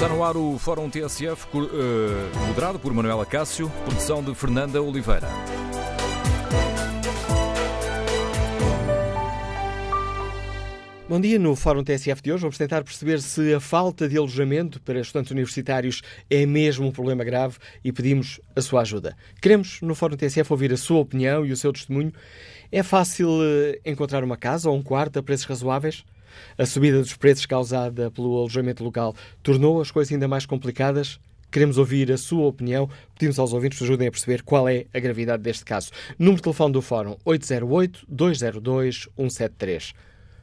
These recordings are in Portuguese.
Está no ar o Fórum TSF, moderado por Manuela Cássio, produção de Fernanda Oliveira. Bom dia. No Fórum TSF de hoje vamos tentar perceber se a falta de alojamento para estudantes universitários é mesmo um problema grave e pedimos a sua ajuda. Queremos, no Fórum TSF, ouvir a sua opinião e o seu testemunho. É fácil encontrar uma casa ou um quarto a preços razoáveis? A subida dos preços causada pelo alojamento local tornou as coisas ainda mais complicadas? Queremos ouvir a sua opinião. Pedimos aos ouvintes que nos ajudem a perceber qual é a gravidade deste caso. Número de telefone do Fórum 808-202-173.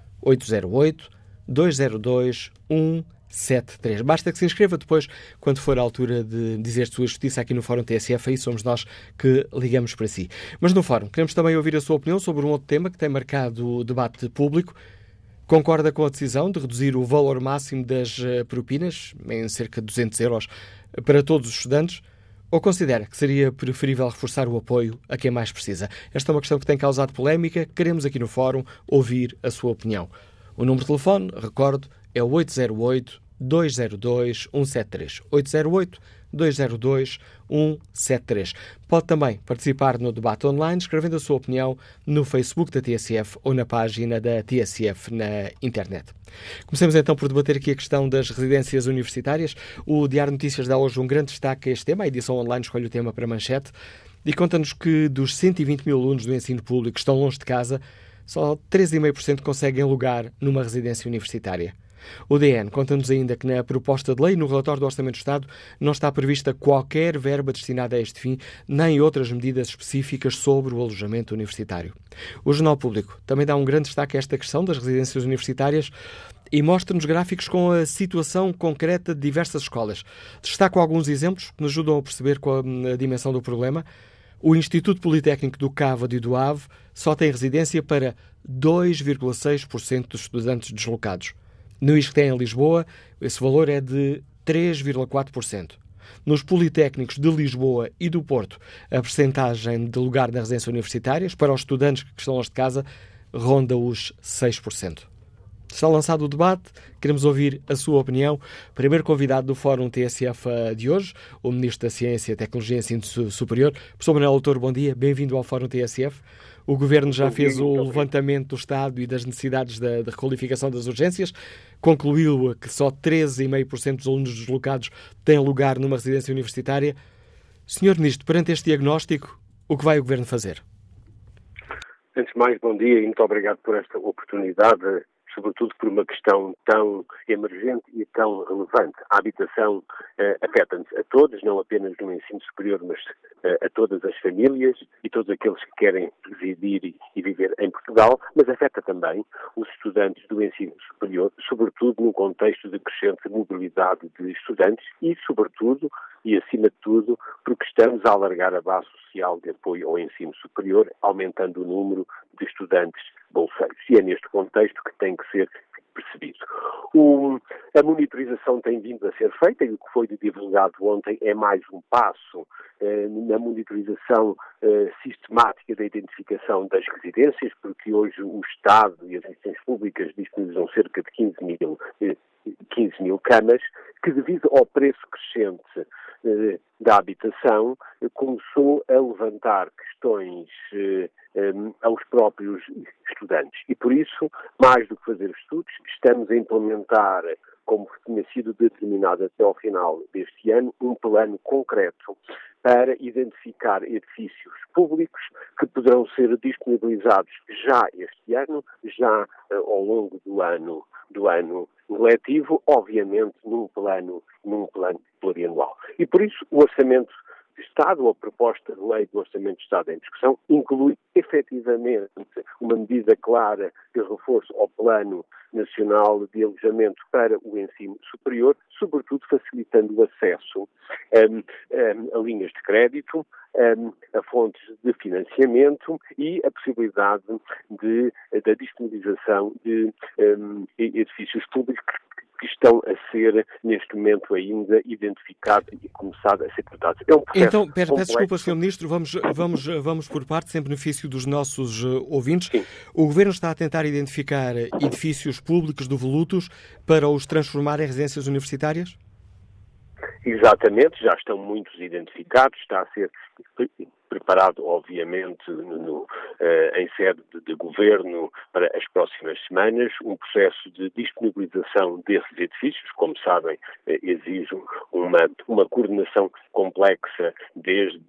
808-202-173. Basta que se inscreva depois, quando for a altura de dizer sua justiça aqui no Fórum TSF, aí somos nós que ligamos para si. Mas no Fórum queremos também ouvir a sua opinião sobre um outro tema que tem marcado o debate público. Concorda com a decisão de reduzir o valor máximo das propinas, em cerca de 200 euros, para todos os estudantes? Ou considera que seria preferível reforçar o apoio a quem mais precisa? Esta é uma questão que tem causado polémica. Queremos aqui no Fórum ouvir a sua opinião. O número de telefone, recordo, é o 808-202-173. 808-202-173. Pode também participar no debate online, escrevendo a sua opinião no Facebook da TSF ou na página da TSF na internet. Comecemos então por debater aqui a questão das residências universitárias. O Diário Notícias dá hoje um grande destaque a este tema. A edição online escolhe o tema para manchete e conta-nos que dos 120 mil alunos do ensino público que estão longe de casa, só 13,5% conseguem lugar numa residência universitária. O DN conta-nos ainda que na proposta de lei, no relatório do Orçamento do Estado, não está prevista qualquer verba destinada a este fim, nem outras medidas específicas sobre o alojamento universitário. O Jornal Público também dá um grande destaque a esta questão das residências universitárias e mostra-nos gráficos com a situação concreta de diversas escolas. Destaco alguns exemplos que nos ajudam a perceber qual a dimensão do problema. O Instituto Politécnico do Cávado e do Ave só tem residência para 2,6% dos estudantes deslocados. No ISCTE em Lisboa, esse valor é de 3,4%. Nos Politécnicos de Lisboa e do Porto, a percentagem de lugar na residência universitária para os estudantes que estão longe de casa ronda os 6%. Está lançado o debate, queremos ouvir a sua opinião. Primeiro convidado do Fórum TSF de hoje, o Ministro da Ciência, Tecnologia e Ensino Superior, Professor Manuel Doutor, bom dia, bem-vindo ao Fórum TSF. O Governo já fez o levantamento do Estado e das necessidades da requalificação das urgências, concluiu que só 13,5% dos alunos deslocados têm lugar numa residência universitária. Senhor Ministro, perante este diagnóstico, o que vai o Governo fazer? Antes de mais, bom dia e muito obrigado por esta oportunidade, sobretudo por uma questão tão emergente e tão relevante. A habitação afeta-nos a todos, não apenas no ensino superior, mas a todas as famílias e todos aqueles que querem residir e viver em Portugal, mas afeta também os estudantes do ensino superior, sobretudo num contexto de crescente mobilidade de estudantes e, sobretudo, e acima de tudo, porque estamos a alargar a base social de apoio ao ensino superior, aumentando o número de estudantes bolseiros. E é neste contexto que tem que ser percebido. A monitorização tem vindo a ser feita e o que foi divulgado ontem é mais um passo na monitorização sistemática da identificação das residências, porque hoje o Estado e as instituições públicas disponibilizam cerca de 15 mil camas, que devido ao preço crescente da habitação, começou a levantar questões aos próprios estudantes. E por isso, mais do que fazer estudos, estamos a implementar, como tinha sido determinado até ao final deste ano, um plano concreto para identificar edifícios públicos que poderão ser disponibilizados já este ano, já ao longo do ano letivo, obviamente num plano plurianual. E por isso o Orçamento de Estado, ou a proposta de lei do Orçamento de Estado em discussão, inclui efetivamente uma medida clara de reforço ao Plano Nacional de Alojamento para o Ensino Superior, sobretudo facilitando o acesso a linhas de crédito, a fontes de financiamento e a possibilidade da disponibilização de edifícios públicos que estão a ser, neste momento ainda, identificados e começado a ser tratados. É um processo então, peço desculpa, Sr. Ministro, vamos por parte, sem benefício dos nossos ouvintes. Sim. O Governo está a tentar identificar edifícios públicos devolutos para os transformar em residências universitárias? Exatamente, já estão muitos identificados, está a ser preparado, obviamente, em sede de governo para as próximas semanas, um processo de disponibilização desses edifícios. Como sabem, exige uma coordenação complexa, desde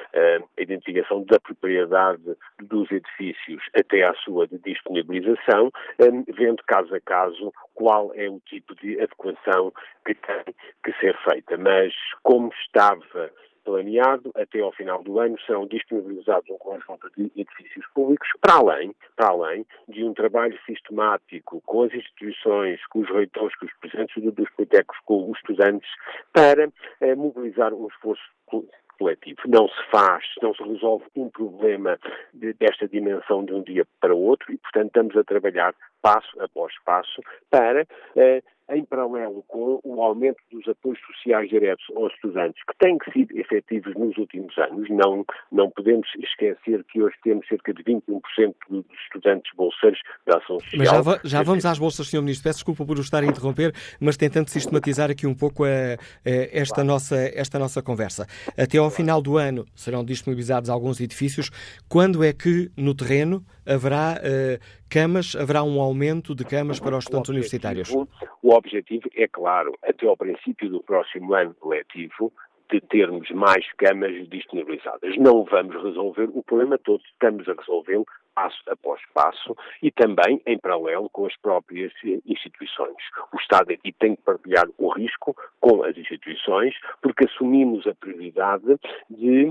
a identificação da propriedade dos edifícios até à sua disponibilização, vendo caso a caso qual é o tipo de adequação que tem que ser feita. Mas, como estava planeado, até ao final do ano serão disponibilizados um conjunto de edifícios públicos, para além de um trabalho sistemático com as instituições, com os reitores, com os presidentes dos politécnicos, com os estudantes, para mobilizar um esforço coletivo. Não se resolve um problema desta dimensão de um dia para o outro e, portanto, estamos a trabalhar passo após passo para, em paralelo com o aumento dos apoios sociais diretos aos estudantes, que têm sido efetivos nos últimos anos. Não podemos esquecer que hoje temos cerca de 21% dos estudantes bolseiros da ação social. Mas já vamos às bolsas, Sr. Ministro. Peço desculpa por o estar a interromper, mas tentando sistematizar aqui um pouco esta nossa conversa. Até ao final do ano serão disponibilizados alguns edifícios. Quando é que, no terreno, haverá camas, haverá um aumento de camas para os estudantes universitários? O objetivo é, claro, até ao princípio do próximo ano letivo, de termos mais camas disponibilizadas. Não vamos resolver o problema todo, estamos a resolvê-lo passo após passo e também em paralelo com as próprias instituições. O Estado aqui tem que partilhar o risco com as instituições, porque assumimos a prioridade de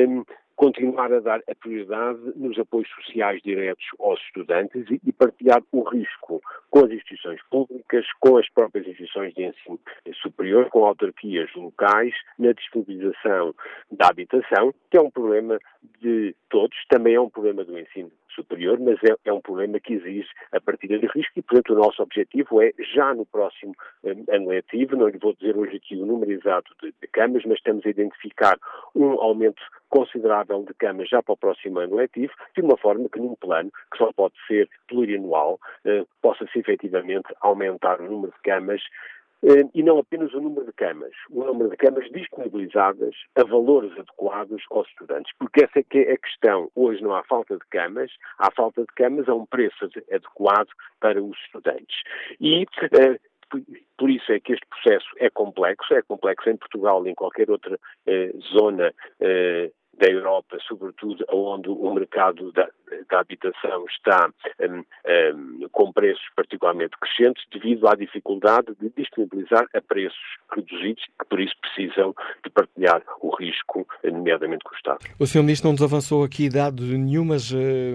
continuar a dar a prioridade nos apoios sociais diretos aos estudantes e partilhar o risco com as instituições públicas, com as próprias instituições de ensino superior, com autarquias locais, na disponibilização da habitação, que é um problema de todos, também é um problema do ensino superior, mas é um problema que exige a partilha de risco e, portanto, o nosso objetivo é, já no próximo ano letivo, não lhe vou dizer hoje aqui o número exato de camas, mas estamos a identificar um aumento considerável de camas já para o próximo ano letivo, de uma forma que num plano, que só pode ser plurianual, possa-se efetivamente aumentar o número de camas e não apenas o número de camas disponibilizadas a valores adequados aos estudantes, porque essa é que é a questão. Hoje não há falta de camas, há falta de camas a um preço adequado para os estudantes. E por isso é que este processo é complexo em Portugal e em qualquer outra zona da Europa, sobretudo onde o mercado da habitação está com preços particularmente crescentes devido à dificuldade de disponibilizar a preços reduzidos, que por isso precisam de partilhar o risco, nomeadamente com o Estado. O Sr. Ministro não nos avançou aqui dado nenhum, mas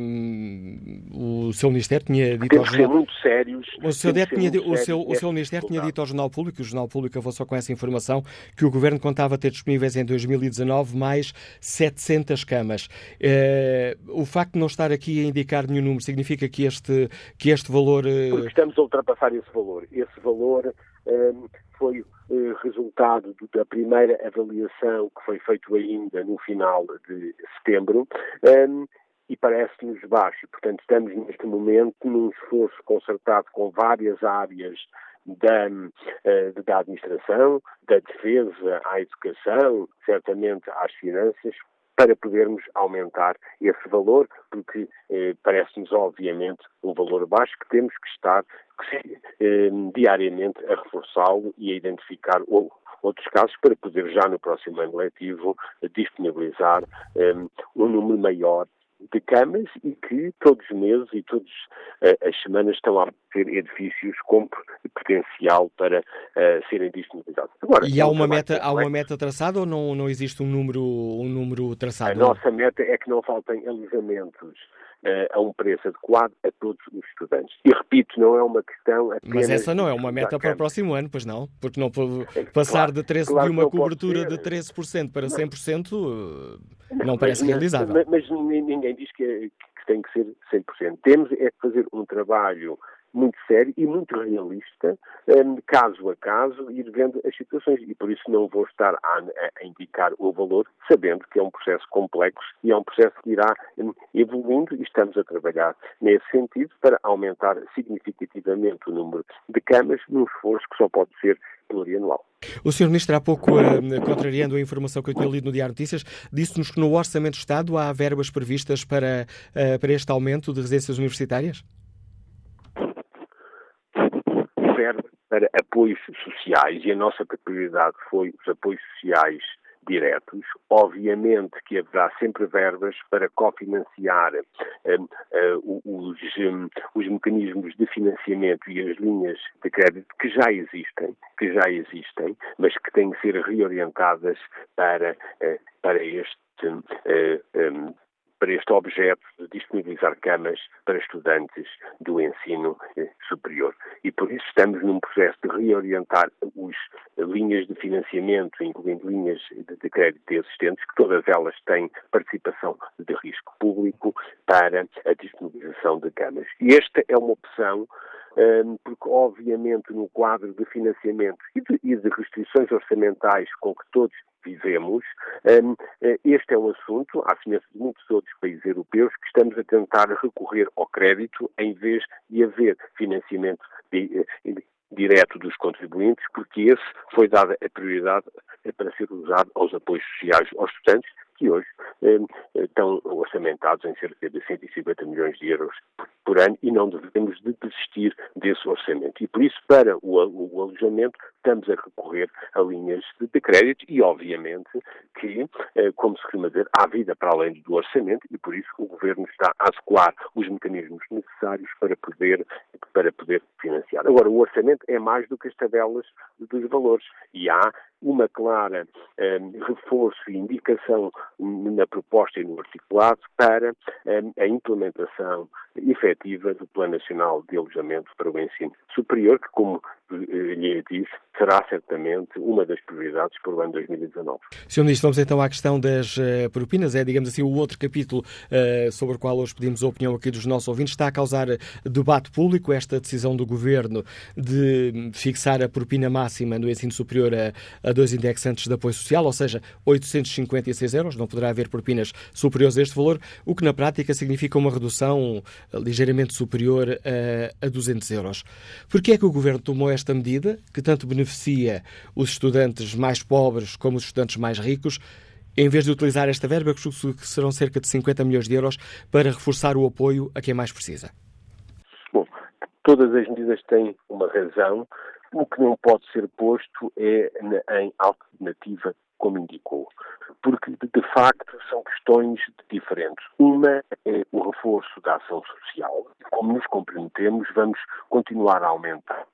o seu Ministério tinha dito ao Jornal... muito sérios. O seu Ministério tinha dito ao Jornal Público, o Jornal Público avançou com essa informação, que o Governo contava ter disponíveis em 2019 mais 700 camas. O facto de não estar aqui a indicar nenhum número significa que este valor... Porque estamos a ultrapassar esse valor. Esse valor foi resultado da primeira avaliação que foi feita ainda no final de setembro e parece-nos baixo. Portanto, estamos neste momento num esforço concertado com várias áreas da administração, da defesa à educação, certamente às finanças, para podermos aumentar esse valor, porque parece-nos obviamente um valor baixo que temos que estar diariamente a reforçá-lo e a identificar outros casos para poder já no próximo ano letivo disponibilizar um número maior de camas e que todos os meses e todas as semanas estão a ter edifícios com potencial para serem disponibilizados. Agora, e há uma meta traçada ou não existe um número traçado? A nossa meta é que não faltem alojamentos a um preço adequado a todos os estudantes. E repito, não é uma questão apenas... Mas essa não é uma meta para o próximo ano, pois não? Porque não pode passar de uma cobertura de 13% para 100% não parece realizável. Mas ninguém diz que tem que ser 100%. Temos é que fazer um trabalho muito sério e muito realista, caso a caso, ir vendo as situações. E por isso não vou estar a indicar o valor, sabendo que é um processo complexo e é um processo que irá evoluindo e estamos a trabalhar nesse sentido para aumentar significativamente o número de camas num esforço que só pode ser plurianual. O Sr. Ministro, há pouco, contrariando a informação que eu tinha lido no Diário Notícias, disse-nos que no Orçamento de Estado há verbas previstas para este aumento de residências universitárias? Verba para apoios sociais, e a nossa prioridade foi os apoios sociais diretos. Obviamente que haverá sempre verbas para cofinanciar os mecanismos de financiamento e as linhas de crédito que já existem, mas que têm que ser reorientadas para este objeto de disponibilizar camas para estudantes do ensino superior. E por isso estamos num processo de reorientar as linhas de financiamento, incluindo linhas de crédito existentes, que todas elas têm participação de risco público para a disponibilização de camas. E esta é uma opção porque, obviamente, no quadro de financiamento e de restrições orçamentais com que todos vivemos, este é um assunto, à semelhança de muitos outros países europeus, que estamos a tentar recorrer ao crédito em vez de haver financiamento direto dos contribuintes, porque esse foi dada a prioridade para ser usado aos apoios sociais aos estudantes, que hoje estão orçamentados em cerca de 150 milhões de euros por ano e não devemos de desistir desse orçamento. E por isso, para o alojamento, estamos a recorrer a linhas de crédito e, obviamente, que, como se costuma dizer, há vida para além do orçamento e, por isso, o Governo está a adequar os mecanismos necessários para poder financiar. Agora, o orçamento é mais do que as tabelas dos valores e há uma clara reforço e indicação na proposta e no articulado para a implementação efetiva do Plano Nacional de Alojamento para o Ensino Superior, que, como lhe disse, será certamente uma das prioridades para o ano 2019. Sr. Ministro, vamos então à questão das propinas. É, digamos assim, o outro capítulo sobre o qual hoje pedimos a opinião aqui dos nossos ouvintes. Está a causar debate público esta decisão do Governo de fixar a propina máxima no ensino superior a 2 indexantes de apoio social, ou seja, 856 euros. Não poderá haver propinas superiores a este valor, o que na prática significa uma redução ligeiramente superior a 200 euros. Por que é que o Governo tomou esta medida, que tanto beneficia os estudantes mais pobres como os estudantes mais ricos, em vez de utilizar esta verba, que serão cerca de 50 milhões de euros, para reforçar o apoio a quem mais precisa? Bom, todas as medidas têm uma razão. O que não pode ser posto é em alternativa, como indicou. Porque, de facto, são questões diferentes. Uma é o reforço da ação social. Como nos comprometemos, vamos continuar a aumentar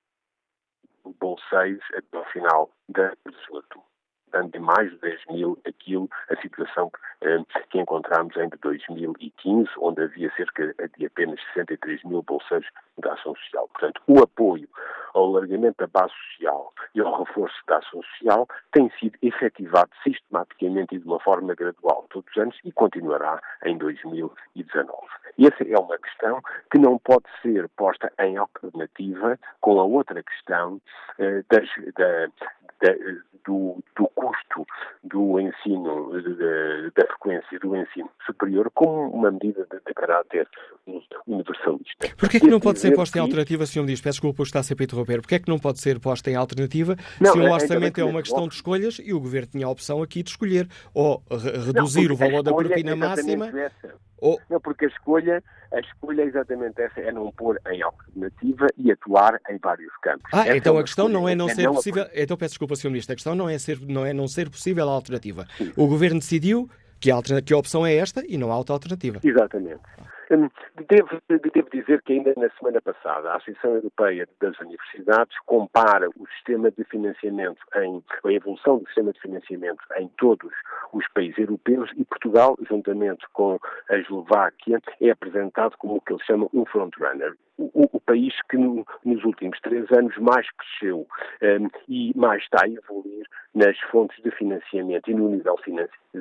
o bolseiros até ao final da legislatura, dando de mais de 10 mil a situação que encontramos em 2015, onde havia cerca de apenas 63 mil bolseiros da ação social. Portanto, o apoio ao alargamento da base social e ao reforço da ação social tem sido efetivado sistematicamente e de uma forma gradual todos os anos e continuará em 2019. E essa é uma questão que não pode ser posta em alternativa com a outra questão do custo do ensino, da frequência do ensino superior, como uma medida de caráter universalista. Porquê é que não pode ser posta em alternativa, Sr. Ministro? Peço desculpa por estar sempre a interromper. Porquê é que não pode ser posta em alternativa se o orçamento é uma questão de escolhas e o Governo tinha a opção aqui de escolher ou reduzir o valor da propina máxima... Não, porque a escolha é exatamente essa, é não pôr em alternativa e atuar em vários campos. Então a questão não é não ser possível... Então peço desculpa, Sr. Ministro, a questão não é não ser possível a alternativa. Sim. O Governo decidiu que a opção é esta e não há outra alternativa. Exatamente. Devo dizer que ainda na semana passada a Associação Europeia das Universidades compara o sistema de financiamento, a evolução do sistema de financiamento em todos os países europeus e Portugal, juntamente com a Eslováquia, é apresentado como o que eles chamam um frontrunner. O país que nos últimos 3 anos mais cresceu e mais está a evoluir nas fontes de financiamento e no nível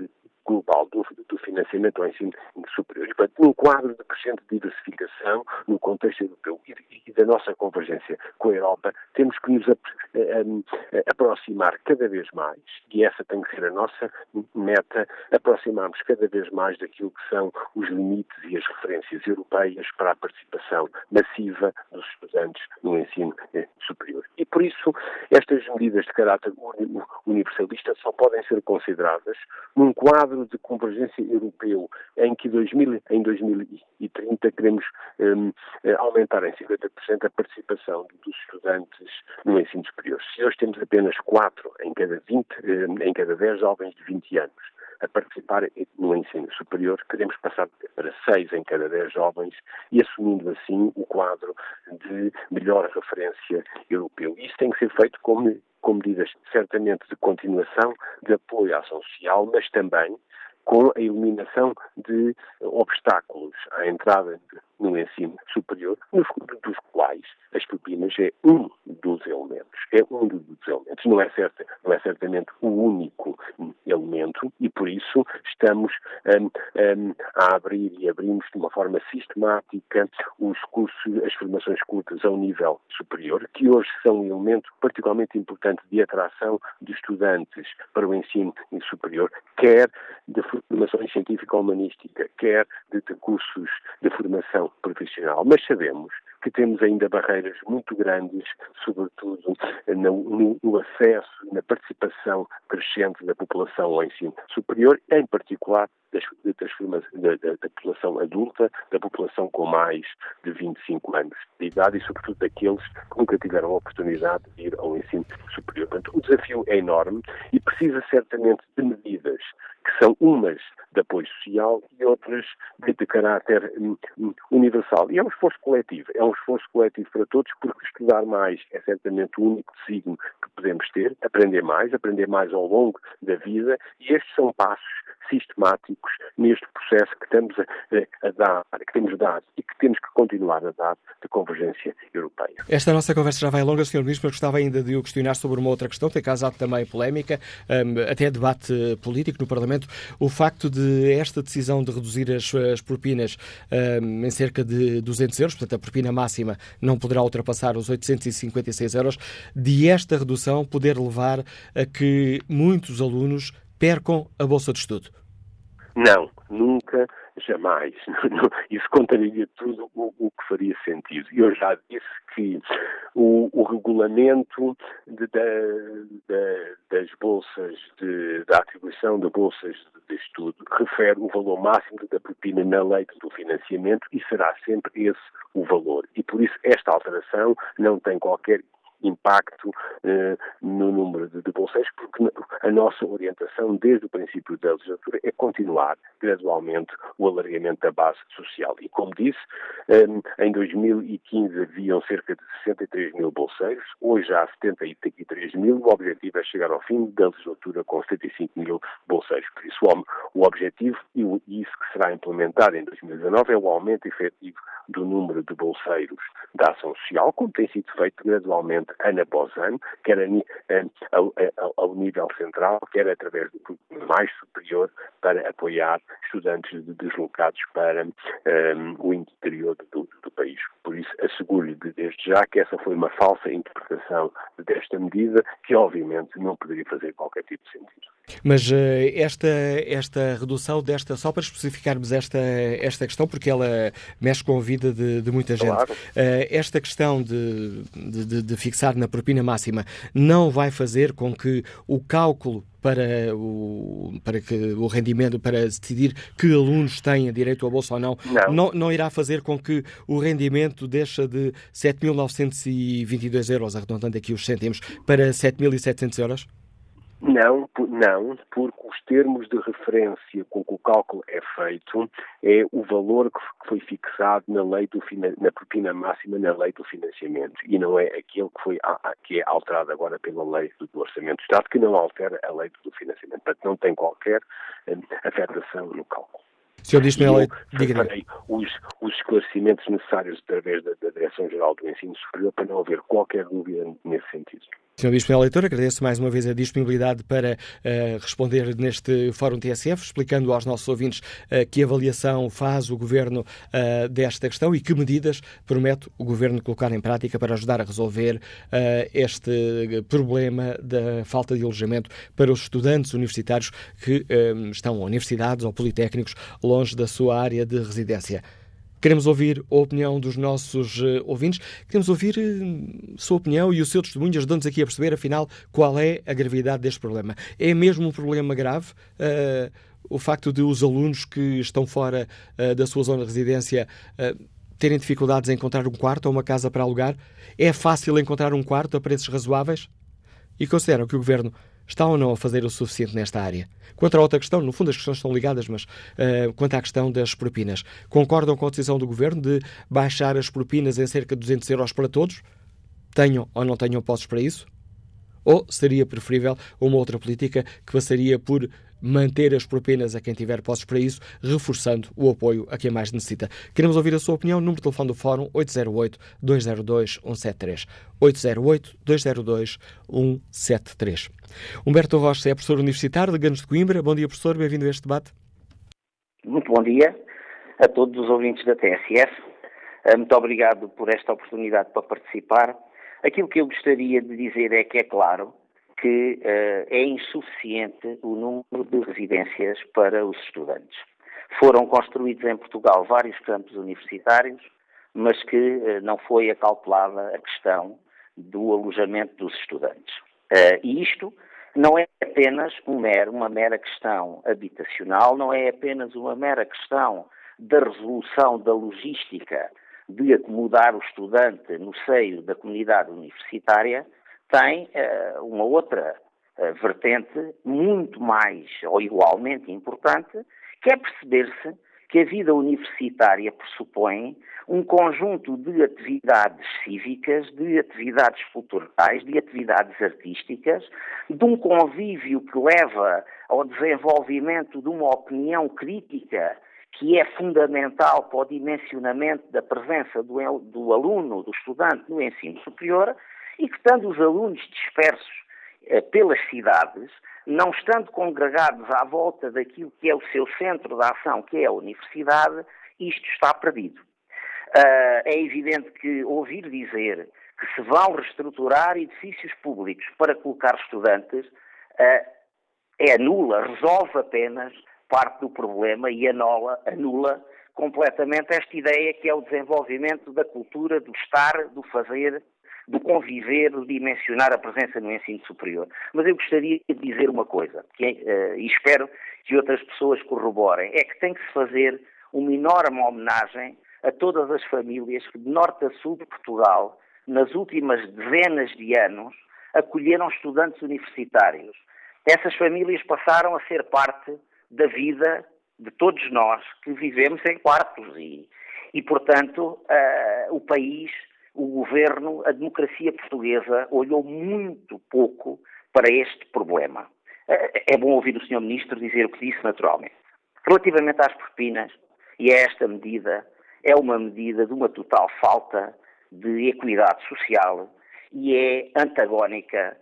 global do financiamento ao ensino superior. E, portanto, num quadro de crescente diversificação no contexto europeu e da nossa convergência com a Europa, temos que nos aproximar cada vez mais, e essa tem que ser a nossa meta, aproximarmos cada vez mais daquilo que são os limites e as referências europeias para a participação massiva dos estudantes no ensino superior. E por isso, estas medidas de caráter universalista só podem ser consideradas num quadro de convergência europeu em que em 2030 queremos aumentar em 50% a participação dos estudantes no ensino superior. Se hoje temos apenas 4 em cada 10 jovens de 20 anos a participar no ensino superior, queremos passar para 6 em cada 10 jovens e assumindo assim o quadro de melhor referência europeu. Isso tem que ser feito com medidas certamente de continuação, de apoio à ação social, mas também com a eliminação de obstáculos à entrada no ensino superior, dos quais as propinas é um dos elementos. Não é certamente o único elemento e, por isso, estamos a abrir e abrimos de uma forma sistemática os cursos, as formações curtas ao nível superior, que hoje são um elemento particularmente importante de atração de estudantes para o ensino superior, quer de formação científico-humanística, quer de cursos de formação profissional. Mas sabemos que temos ainda barreiras muito grandes, sobretudo no acesso, na participação crescente da população ao ensino superior, em particular da população adulta, da população com mais de 25 anos de idade e, sobretudo, daqueles que nunca tiveram a oportunidade de ir ao ensino superior. Portanto, o desafio é enorme e precisa certamente de medidas que são umas de apoio social e outras de caráter universal. E é um esforço coletivo para todos, porque estudar mais é certamente o único signo que podemos ter, aprender mais ao longo da vida, e estes são passos sistemáticos neste processo que estamos a dar, que temos dado e que temos que continuar a dar de convergência europeia. Esta nossa conversa já vai longa, Sr. Ministro, mas gostava ainda de o questionar sobre uma outra questão, tem causado também polémica, até debate político no Parlamento, o facto de esta decisão de reduzir as propinas em cerca de 200 euros, portanto a propina máxima não poderá ultrapassar os 856 euros, de esta redução poder levar a que muitos alunos percam a bolsa de estudo. Não, nunca, jamais. Isso contraria tudo o que faria sentido. Eu já disse que o regulamento das bolsas, da atribuição de bolsas de estudo, refere o valor máximo da propina na lei do financiamento e será sempre esse o valor. E por isso esta alteração não tem qualquer impacto no número de bolseiros, porque a nossa orientação desde o princípio da legislatura é continuar gradualmente o alargamento da base social. E como disse, em 2015 haviam cerca de 63 mil bolseiros, hoje há 73 mil, o objetivo é chegar ao fim da legislatura com 75 mil bolseiros. Por isso o objetivo, e isso que será implementado em 2019, é o aumento efetivo do número de bolseiros da ação social, como tem sido feito gradualmente ano após ano, quer ao nível central, quer através do programa mais superior para apoiar estudantes deslocados para o interior do país. Por isso, asseguro-lhe desde já que essa foi uma falsa interpretação desta medida, que obviamente não poderia fazer qualquer tipo de sentido. Mas esta redução só para especificarmos esta questão, porque ela mexe com a vida de muita gente. Claro. Esta questão de fixar na propina máxima não vai fazer com que o cálculo para o rendimento, para decidir que alunos têm direito à bolsa ou não irá fazer com que o rendimento deixe de 7.922 euros, arredondando aqui os cêntimos, para 7.700 euros? Não, porque os termos de referência com que o cálculo é feito é o valor que foi fixado na propina máxima na lei do financiamento e não é aquele que é alterado agora pela lei do Orçamento do Estado, que não altera a lei do financiamento. Portanto, não tem qualquer afetação no cálculo. Sr. Ministro, farei os esclarecimentos necessários através da Direção-Geral do Ensino Superior para não haver qualquer dúvida nesse sentido. Sr. Bispo Eleitor, agradeço mais uma vez a disponibilidade para responder neste Fórum TSF, explicando aos nossos ouvintes que avaliação faz o Governo desta questão e que medidas promete o Governo colocar em prática para ajudar a resolver este problema da falta de alojamento para os estudantes universitários que estão a universidades ou politécnicos longe da sua área de residência. Queremos ouvir a opinião dos nossos ouvintes, queremos ouvir a sua opinião e o seu testemunho, ajudando-nos aqui a perceber, afinal, qual é a gravidade deste problema. É mesmo um problema grave o facto de os alunos que estão fora da sua zona de residência terem dificuldades em encontrar um quarto ou uma casa para alugar? É fácil encontrar um quarto a preços razoáveis? E consideram que o Governo está ou não a fazer o suficiente nesta área? Quanto à outra questão, no fundo as questões estão ligadas, mas quanto à questão das propinas, concordam com a decisão do Governo de baixar as propinas em cerca de 200 euros para todos? Tenham ou não tenham postos para isso? Ou seria preferível uma outra política que passaria por manter as propinas a quem tiver postos para isso, reforçando o apoio a quem mais necessita? Queremos ouvir a sua opinião. Número de telefone do Fórum 808-202-173. 808-202-173. Humberto Rocha é professor universitário de Ganos de Coimbra. Bom dia, professor. Bem-vindo a este debate. Muito bom dia a todos os ouvintes da TSF. Muito obrigado por esta oportunidade para participar. Aquilo que eu gostaria de dizer é que é claro que é insuficiente o número de residências para os estudantes. Foram construídos em Portugal vários campos universitários, mas que não foi acautelada a questão do alojamento dos estudantes. E isto não é apenas uma mera questão habitacional, não é apenas uma mera questão da resolução da logística de acomodar o estudante no seio da comunidade universitária, tem uma outra vertente muito mais ou igualmente importante, que é perceber-se que a vida universitária pressupõe um conjunto de atividades cívicas, de atividades culturais, de atividades artísticas, de um convívio que leva ao desenvolvimento de uma opinião crítica que é fundamental para o dimensionamento da presença do aluno, do estudante no ensino superior, e que, estando os alunos dispersos pelas cidades, não estando congregados à volta daquilo que é o seu centro de ação, que é a universidade, isto está perdido. É evidente que ouvir dizer que se vão reestruturar edifícios públicos para colocar estudantes resolve apenas parte do problema e anula completamente esta ideia que é o desenvolvimento da cultura, do estar, do fazer, do conviver, do dimensionar a presença no ensino superior. Mas eu gostaria de dizer uma coisa, e espero que outras pessoas corroborem, é que tem que se fazer uma enorme homenagem a todas as famílias que de norte a sul de Portugal, nas últimas dezenas de anos, acolheram estudantes universitários. Essas famílias passaram a ser parte da vida de todos nós que vivemos em quartos e portanto, o país, o governo, a democracia portuguesa olhou muito pouco para este problema. É bom ouvir o Sr. Ministro dizer o que disse naturalmente. Relativamente às propinas, e a esta medida, é uma medida de uma total falta de equidade social e é antagónica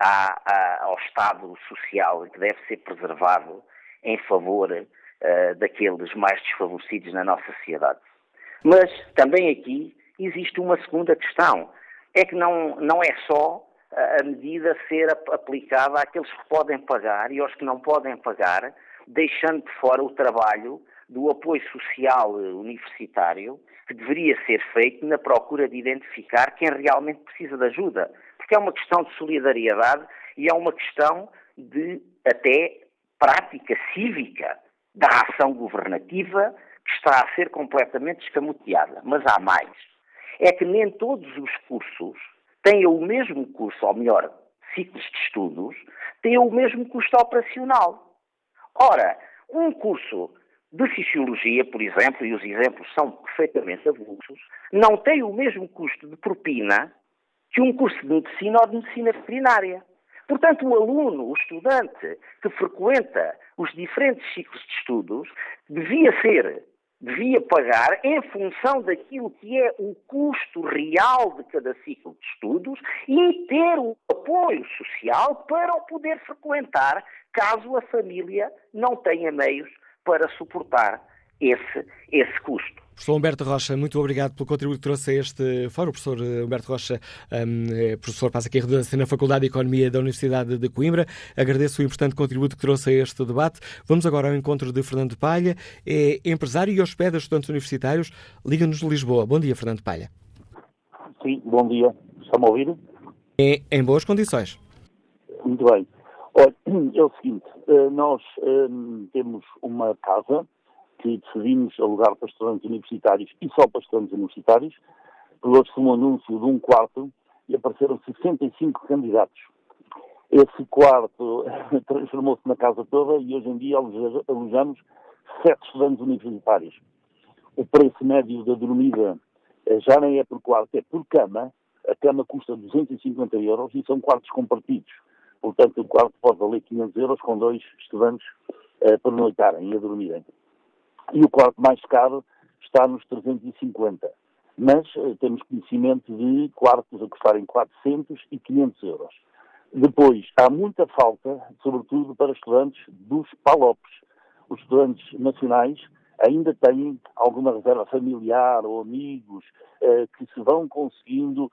ao Estado social que deve ser preservado em favor daqueles mais desfavorecidos na nossa sociedade. Mas também aqui existe uma segunda questão. É que não é só a medida ser aplicada àqueles que podem pagar e aos que não podem pagar, deixando de fora o trabalho do apoio social universitário que deveria ser feito na procura de identificar quem realmente precisa de ajuda. Porque é uma questão de solidariedade e é uma questão de até prática cívica da ação governativa que está a ser completamente escamoteada. Mas há mais. É que nem todos os cursos têm o mesmo curso, ou melhor, ciclos de estudos, têm o mesmo custo operacional. Ora, um curso de Sociologia, por exemplo, e os exemplos são perfeitamente avulsos, não tem o mesmo custo de propina que um curso de Medicina ou de Medicina Veterinária. Portanto, o aluno, o estudante que frequenta os diferentes ciclos de estudos, devia ser devia pagar em função daquilo que é o custo real de cada ciclo de estudos e ter o apoio social para o poder frequentar, caso a família não tenha meios para suportar esse custo. Professor Humberto Rocha, muito obrigado pelo contributo que trouxe a este fórum. O professor Humberto Rocha, professor, passa aqui a redundância na Faculdade de Economia da Universidade de Coimbra. Agradeço o importante contributo que trouxe a este debate. Vamos agora ao encontro de Fernando Palha, é empresário e hospeda estudantes universitários. Liga-nos de Lisboa. Bom dia, Fernando Palha. Sim, bom dia. Está-me a ouvir? Em boas condições. Muito bem. Olha, é o seguinte, nós temos uma casa que decidimos alugar para estudantes universitários e só para estudantes universitários. Hoje um anúncio de um quarto e apareceram 65 candidatos. Esse quarto transformou-se na casa toda e hoje em dia alojamos 7 estudantes universitários. O preço médio da dormida já nem é por quarto, é por cama. A cama custa 250 euros e são quartos compartidos. Portanto, o quarto pode valer 500 euros com 2 estudantes pernoitarem e a dormirem. E o quarto mais caro está nos 350. Mas temos conhecimento de quartos a custarem 400 e 500 euros. Depois, há muita falta, sobretudo para estudantes dos PALOPs. Os estudantes nacionais ainda têm alguma reserva familiar ou amigos que se vão conseguindo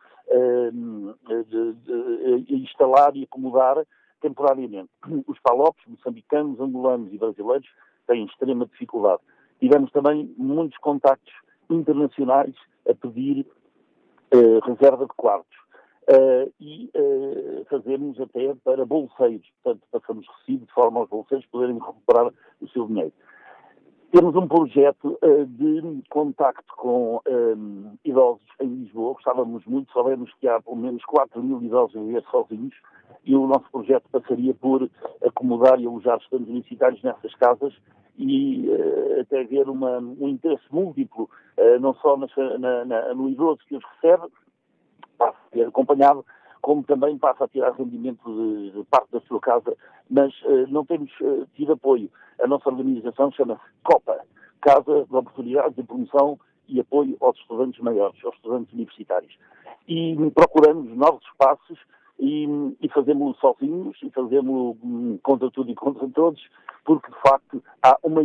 instalar e acomodar temporariamente. Os PALOPs, moçambicanos, angolanos e brasileiros têm extrema dificuldade. Tivemos também muitos contactos internacionais a pedir reserva de quartos. E fazemos até para bolseiros. Portanto, passamos recibo de forma aos bolseiros poderem recuperar o seu dinheiro. Temos um projeto de contacto com idosos em Lisboa. Gostávamos muito, sabemos que há pelo menos 4.000 idosos a viver sozinhos e o nosso projeto passaria por acomodar e alojar estudantes universitários nessas casas e até haver um interesse múltiplo, não só no idoso que os recebe, passa a ser acompanhado, como também passa a tirar rendimento de parte da sua casa, mas não temos tido apoio. A nossa organização chama-se COPA, Casa de Oportunidades de Promoção e Apoio aos Estudantes Maiores, aos Estudantes Universitários. E procuramos novos espaços e fazemos-lo sozinhos e fazemos-lo contra tudo e contra todos, porque de facto há uma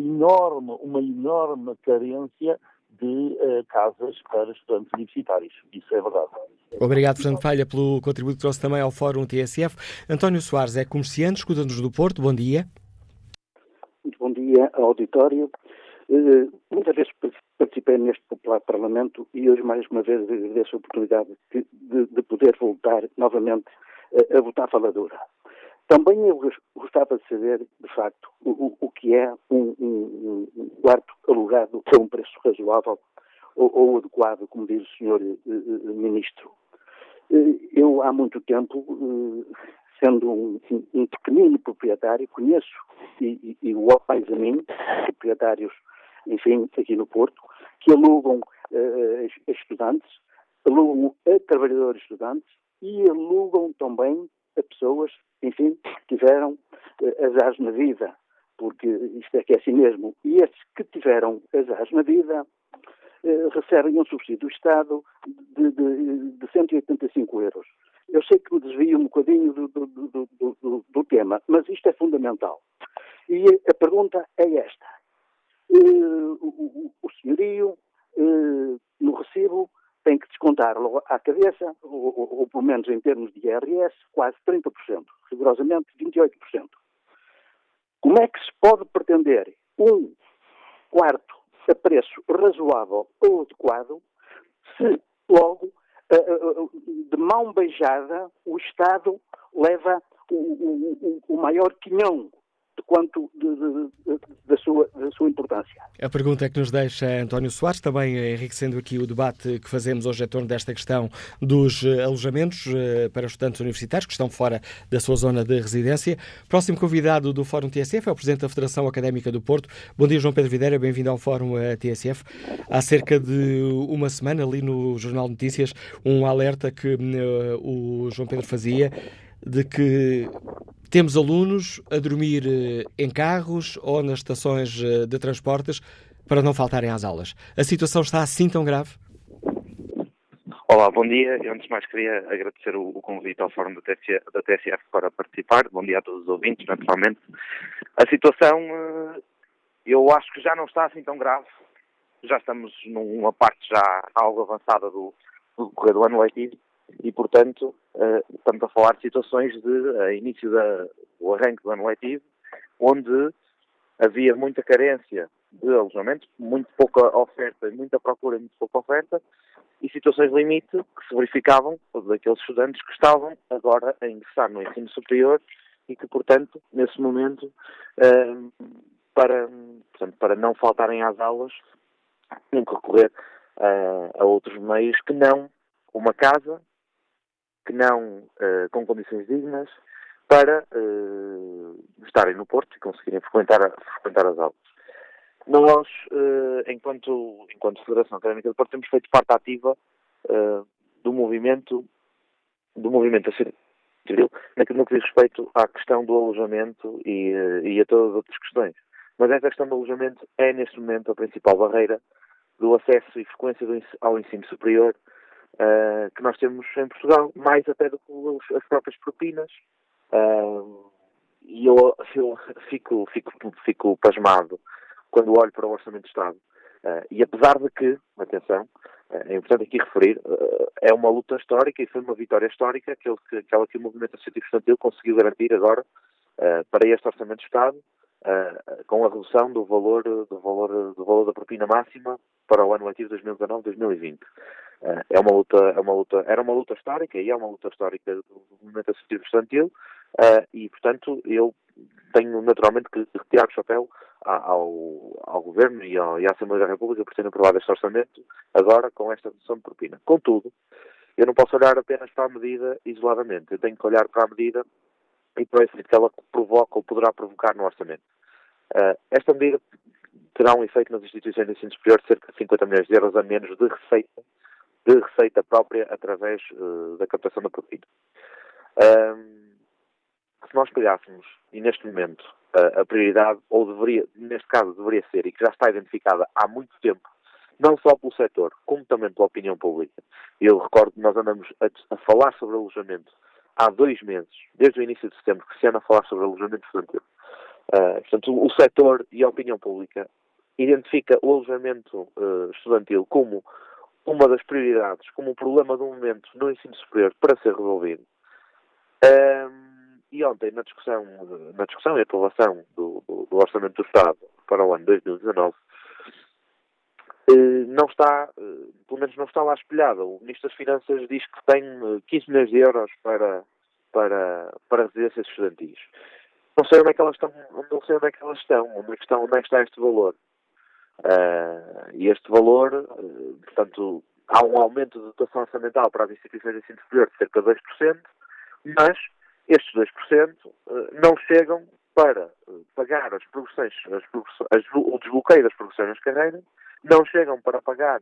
enorme carência de casas para estudantes universitários. Isso é verdade. Obrigado, Fernando Palha, pelo contributo que trouxe também ao Fórum TSF. António Soares é comerciante, escuta-nos do Porto. Bom dia. Muito bom dia ao auditório. Muitas vezes participei neste popular Parlamento e hoje mais uma vez agradeço a oportunidade de poder voltar novamente a votar faladora. Também eu gostava de saber, de facto, o que é um quarto alugado a um preço razoável ou adequado, como diz o Sr. Ministro. Eu, há muito tempo, sendo um pequenino proprietário, conheço, e igual mais a mim, proprietários, enfim, aqui no Porto, que alugam a estudantes, alugam a trabalhadores estudantes e alugam também a pessoas, enfim, que tiveram azares na vida, porque isto é que é assim mesmo. E esses que tiveram azares na vida recebem um subsídio do Estado de 185 euros. Eu sei que me desvio um bocadinho do tema, mas isto é fundamental. E a pergunta é esta. O senhorio, no recibo, tem que descontar logo à cabeça, ou pelo menos em termos de IRS, quase 30%, rigorosamente 28%. Como é que se pode pretender um quarto a preço razoável ou adequado se logo, de mão beijada, o Estado leva o maior quinhão de quanto da sua importância? A pergunta que nos deixa António Soares, também enriquecendo aqui o debate que fazemos hoje em torno desta questão dos alojamentos para estudantes universitários que estão fora da sua zona de residência. Próximo convidado do Fórum TSF é o Presidente da Federação Académica do Porto. Bom dia, João Pedro Videira, bem-vindo ao Fórum TSF. Há cerca de uma semana, ali no Jornal de Notícias, um alerta que o João Pedro fazia de que temos alunos a dormir em carros ou nas estações de transportes para não faltarem às aulas. A situação está assim tão grave? Olá, bom dia. Eu, antes de mais, queria agradecer o convite ao Fórum da TSF para participar. Bom dia a todos os ouvintes, naturalmente. A situação, eu acho que já não está assim tão grave. Já estamos numa parte já algo avançada do decorrer do ano letivo e, portanto, estamos a falar de situações de início do arranque do ano letivo, onde havia muita carência de alojamento, muito pouca oferta, muita procura e muito pouca oferta, e situações limite que se verificavam daqueles estudantes que estavam agora a ingressar no ensino superior e que, portanto, nesse momento, para não faltarem às aulas, tinham que recorrer a outros meios que não uma casa, que não com condições dignas, para estarem no Porto e conseguirem frequentar as aulas. Nós, enquanto Federação Académica do Porto, temos feito parte ativa do movimento civil naquilo que diz respeito à questão do alojamento e a todas as outras questões. Mas esta questão do alojamento é, neste momento, a principal barreira do acesso e frequência ao ensino superior que nós temos em Portugal, mais até do que as próprias propinas. E eu fico pasmado quando olho para o Orçamento de Estado. E apesar de que, atenção, é importante aqui referir, é uma luta histórica e foi uma vitória histórica aquela que o Movimento Associativo Estudantil conseguiu garantir agora para este Orçamento de Estado, com a redução do valor da propina máxima para o ano letivo 2019-2020. Era uma luta histórica e é uma luta histórica do Movimento Associativo Estudantil e, portanto, eu tenho naturalmente que retirar o chapéu ao Governo e à Assembleia da República por terem aprovado este orçamento agora com esta redução de propina. Contudo, eu não posso olhar apenas para a medida isoladamente. Eu tenho que olhar para a medida e para o efeito que ela provoca ou poderá provocar no orçamento. Esta medida terá um efeito nas instituições de ensino superior de cerca de 50 milhões de euros a menos de receita própria através da captação da propina. Se nós pegássemos, e neste momento a prioridade, ou neste caso deveria ser, e que já está identificada há muito tempo, não só pelo setor, como também pela opinião pública. Eu recordo que nós andamos a falar sobre alojamento há 2 meses, desde o início de setembro, que se anda a falar sobre alojamento estudantil. Portanto, o setor e a opinião pública identifica o alojamento estudantil como uma das prioridades, como um problema do momento no ensino superior para ser resolvido. E ontem, na discussão e aprovação do Orçamento do Estado para o ano 2019, não está, pelo menos não está lá espelhada. O Ministro das Finanças diz que tem 15 milhões de euros para residências estudantis. Não sei onde é que elas estão, onde é que está este valor. E este valor, portanto, há um aumento de dotação orçamental para as instituições de ensino superior de cerca de 2%, mas estes 2% não chegam para pagar as progressões, o desbloqueio das progressões nas carreiras, não chegam para pagar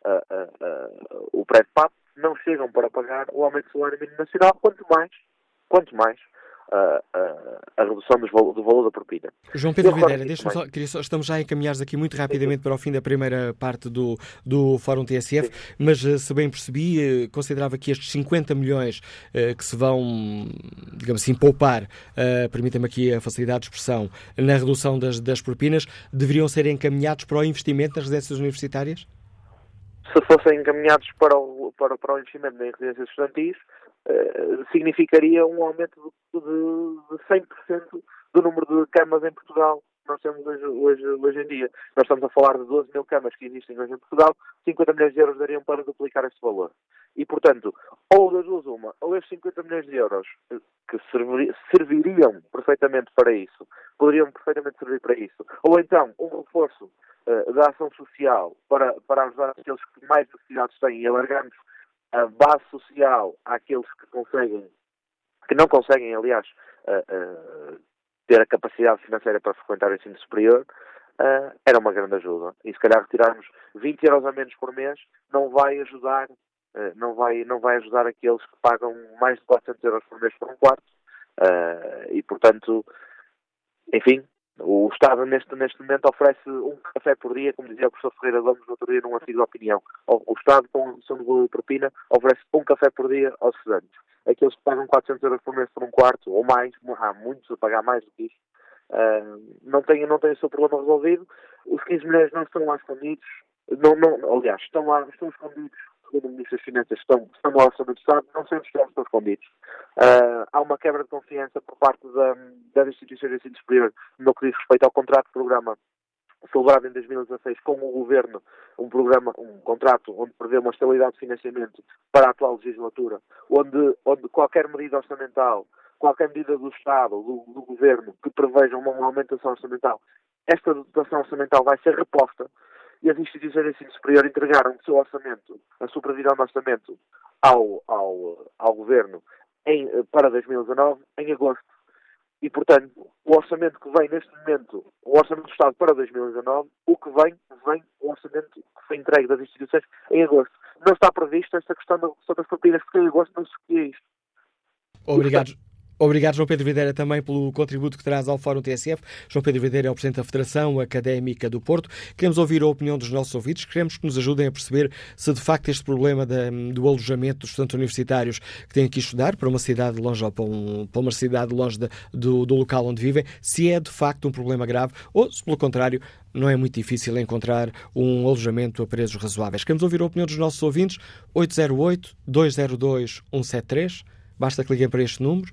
o pré-PAP, não chegam para pagar o aumento do salário mínimo nacional, quanto mais a redução do valor da propina. João Pedro Videira, estamos já encaminhados aqui muito rapidamente para o fim da primeira parte do Fórum TSF, mas se bem percebi, considerava que estes 50 milhões que se vão, digamos assim, poupar, permita-me aqui a facilidade de expressão, na redução das propinas, deveriam ser encaminhados para o investimento nas residências universitárias? Se fossem encaminhados para o investimento em residências estudantis, significaria um aumento de 100% do número de camas em Portugal que nós temos hoje em dia. Nós estamos a falar de 12 mil camas que existem hoje em Portugal, 50 milhões de euros dariam para duplicar este valor. E, portanto, ou das duas uma, ou estes 50 milhões de euros que serviriam perfeitamente para isso, poderiam perfeitamente servir para isso, ou então um reforço da ação social para ajudar aqueles que mais necessidades têm e alargarmos a base social àqueles que não conseguem, aliás, ter a capacidade financeira para frequentar o ensino superior, era uma grande ajuda. E se calhar retirarmos 20 euros a menos por mês não vai ajudar, não vai ajudar aqueles que pagam mais de 400 euros por mês por um quarto. E, portanto, enfim, O Estado, neste momento, oferece um café por dia, como dizia o professor Ferreira Gomes no outro dia num artigo de opinião. O Estado, com a redução de propina, oferece um café por dia aos estudantes. Aqueles que pagam 400 euros por mês por um quarto, ou mais, há muitos a pagar mais do que isto, não têm o seu problema resolvido. Os 15 milhões não estão lá escondidos. Aliás, estão escondidos. Segundo o Ministro das Finanças, estão no Orçamento do Estado, não sei onde estão escondidos. Há uma quebra de confiança por parte das instituições de ensino superior no que diz respeito ao contrato de programa celebrado em 2016 com o Governo, um contrato onde prevê uma estabilidade de financiamento para a atual legislatura, onde qualquer medida orçamental, qualquer medida do Estado, do Governo, que preveja uma aumentação orçamental, esta dotação orçamental vai ser reposta. E as instituições de ensino superior entregaram o seu orçamento, a sua previsão de orçamento, ao Governo para 2019, em agosto. E, portanto, o orçamento que vem neste momento, o orçamento do Estado para 2019, o que vem o orçamento que foi entregue das instituições em agosto. Não está prevista esta questão da redução das propinas, porque em agosto não se discutia isto. Obrigado, João Pedro Videira, também pelo contributo que traz ao Fórum TSF. João Pedro Videira é o Presidente da Federação Académica do Porto. Queremos ouvir a opinião dos nossos ouvintes, queremos que nos ajudem a perceber se de facto este problema do alojamento dos estudantes universitários que têm que estudar para uma cidade longe ou para uma cidade longe do local onde vivem, se é de facto um problema grave ou se, pelo contrário, não é muito difícil encontrar um alojamento a preços razoáveis. Queremos ouvir a opinião dos nossos ouvintes. 808-202-173. Basta que liguem para este número,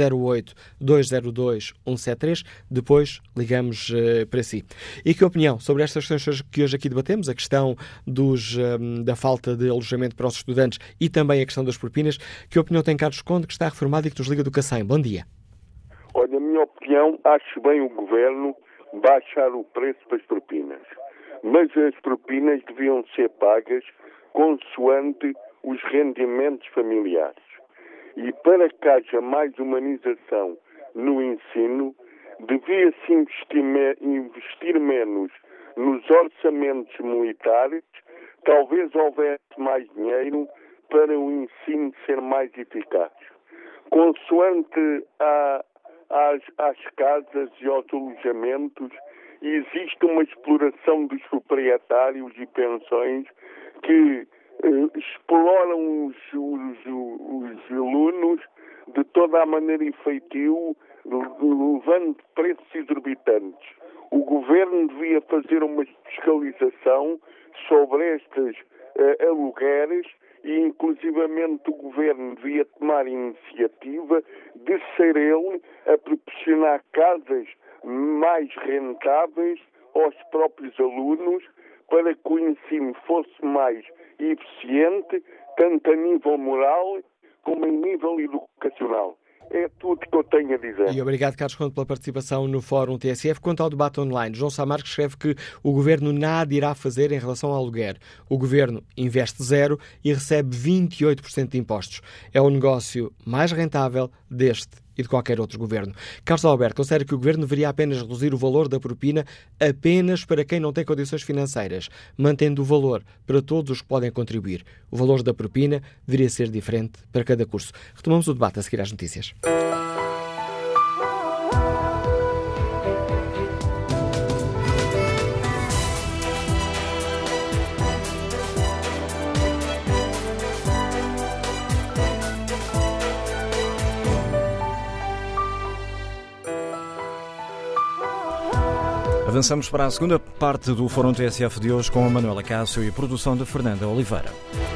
808-202-173, depois ligamos para si. E que opinião sobre estas questões que hoje aqui debatemos, a questão da falta de alojamento para os estudantes e também a questão das propinas, que opinião tem Carlos Conde, que está reformado e que nos liga do Cacém? Bom dia. Olha, a minha opinião, acho bem o Governo baixar o preço das propinas, mas as propinas deviam ser pagas consoante os rendimentos familiares. E para que haja mais humanização no ensino, devia-se investir menos nos orçamentos militares, talvez houvesse mais dinheiro para o ensino ser mais eficaz. Consoante às casas e aos alojamentos, existe uma exploração dos proprietários e pensões que exploram os alunos de toda a maneira efetiva, levando preços exorbitantes. O Governo devia fazer uma fiscalização sobre estes alugueres e, inclusivamente, o Governo devia tomar iniciativa de ser ele a proporcionar casas mais rentáveis aos próprios alunos, para que o ensino fosse mais eficiente, tanto a nível moral como a nível educacional. É tudo que eu tenho a dizer. E obrigado, Carlos Conde, pela participação no Fórum TSF. Quanto ao debate online, João Sá Marques escreve que o Governo nada irá fazer em relação ao aluguer. O Governo investe 0 e recebe 28% de impostos. É o negócio mais rentável deste e de qualquer outro governo. Carlos Alberto considera que o Governo deveria apenas reduzir o valor da propina apenas para quem não tem condições financeiras, mantendo o valor para todos os que podem contribuir. O valor da propina deveria ser diferente para cada curso. Retomamos o debate a seguir às notícias. Avançamos para a segunda parte do Fórum TSF de hoje com a Manuela Cássio e a produção de Fernanda Oliveira.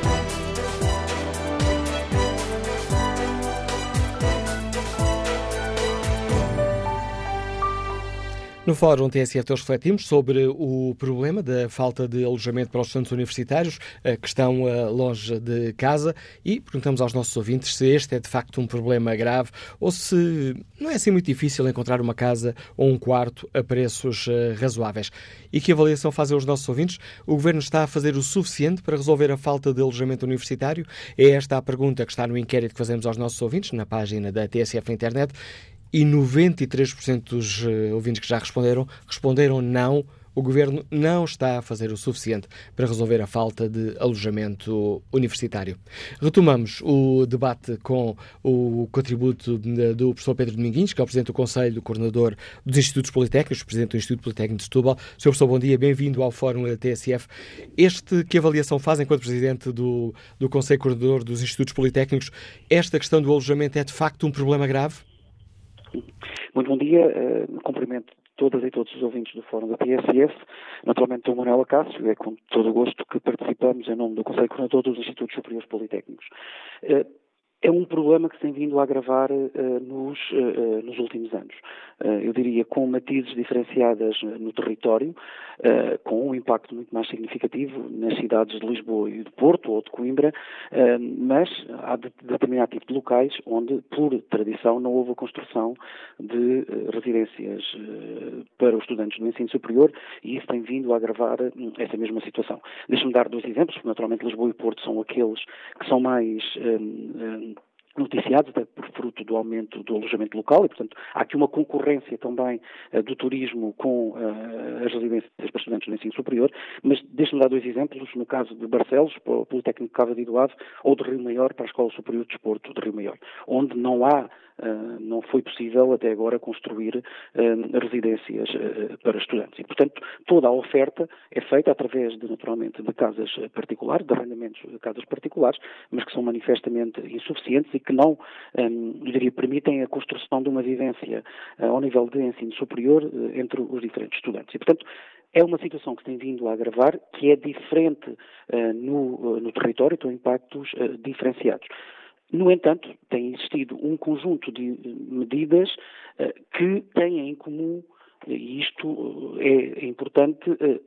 No Fórum TSF hoje refletimos sobre o problema da falta de alojamento para os estudantes universitários que estão longe de casa e perguntamos aos nossos ouvintes se este é de facto um problema grave ou se não é assim muito difícil encontrar uma casa ou um quarto a preços razoáveis. E que avaliação fazem os nossos ouvintes? O Governo está a fazer o suficiente para resolver a falta de alojamento universitário? É esta a pergunta que está no inquérito que fazemos aos nossos ouvintes na página da TSF na internet. E 93% dos ouvintes que já responderam não, o Governo não está a fazer o suficiente para resolver a falta de alojamento universitário. Retomamos o debate com o contributo do professor Pedro Dominguinhos, que é o Presidente do Conselho, coordenador dos Institutos Politécnicos, Presidente do Instituto Politécnico de Setúbal. Sr. Professor, bom dia, bem-vindo ao Fórum da TSF. Que avaliação faz, enquanto Presidente do Conselho Coordenador dos Institutos Politécnicos? Esta questão do alojamento é, de facto, um problema grave? Muito bom dia. Cumprimento todas e todos os ouvintes do Fórum da TSF. Naturalmente, o Manuel Acácio, é com todo o gosto que participamos em nome do Conselho Coordenador dos Institutos Superiores Politécnicos. É um problema que se tem vindo a agravar nos últimos anos. Eu diria com matizes diferenciadas no território, com um impacto muito mais significativo nas cidades de Lisboa e de Porto ou de Coimbra, mas há determinado tipo de locais onde, por tradição, não houve a construção de residências para os estudantes do ensino superior, e isso tem vindo a agravar essa mesma situação. Deixe-me dar 2 exemplos, porque naturalmente Lisboa e Porto são aqueles que são mais noticiados por fruto do aumento do alojamento local e, portanto, há aqui uma concorrência também do turismo com as residências para estudantes do ensino superior, mas deixe-me dar 2 exemplos, no caso de Barcelos, para o Politécnico de Cava de Idoave, ou de Rio Maior, para a Escola Superior de Desporto de Rio Maior, onde não foi possível até agora construir residências para estudantes. E, portanto, toda a oferta é feita através, naturalmente, de casas particulares, de arrendamentos de casas particulares, mas que são manifestamente insuficientes e que não, eu diria, permitem a construção de uma vivência ao nível de ensino superior entre os diferentes estudantes. E, portanto, é uma situação que tem vindo a agravar, que é diferente no território, tem impactos diferenciados. No entanto, tem existido um conjunto de medidas que têm em comum, e isto é importante,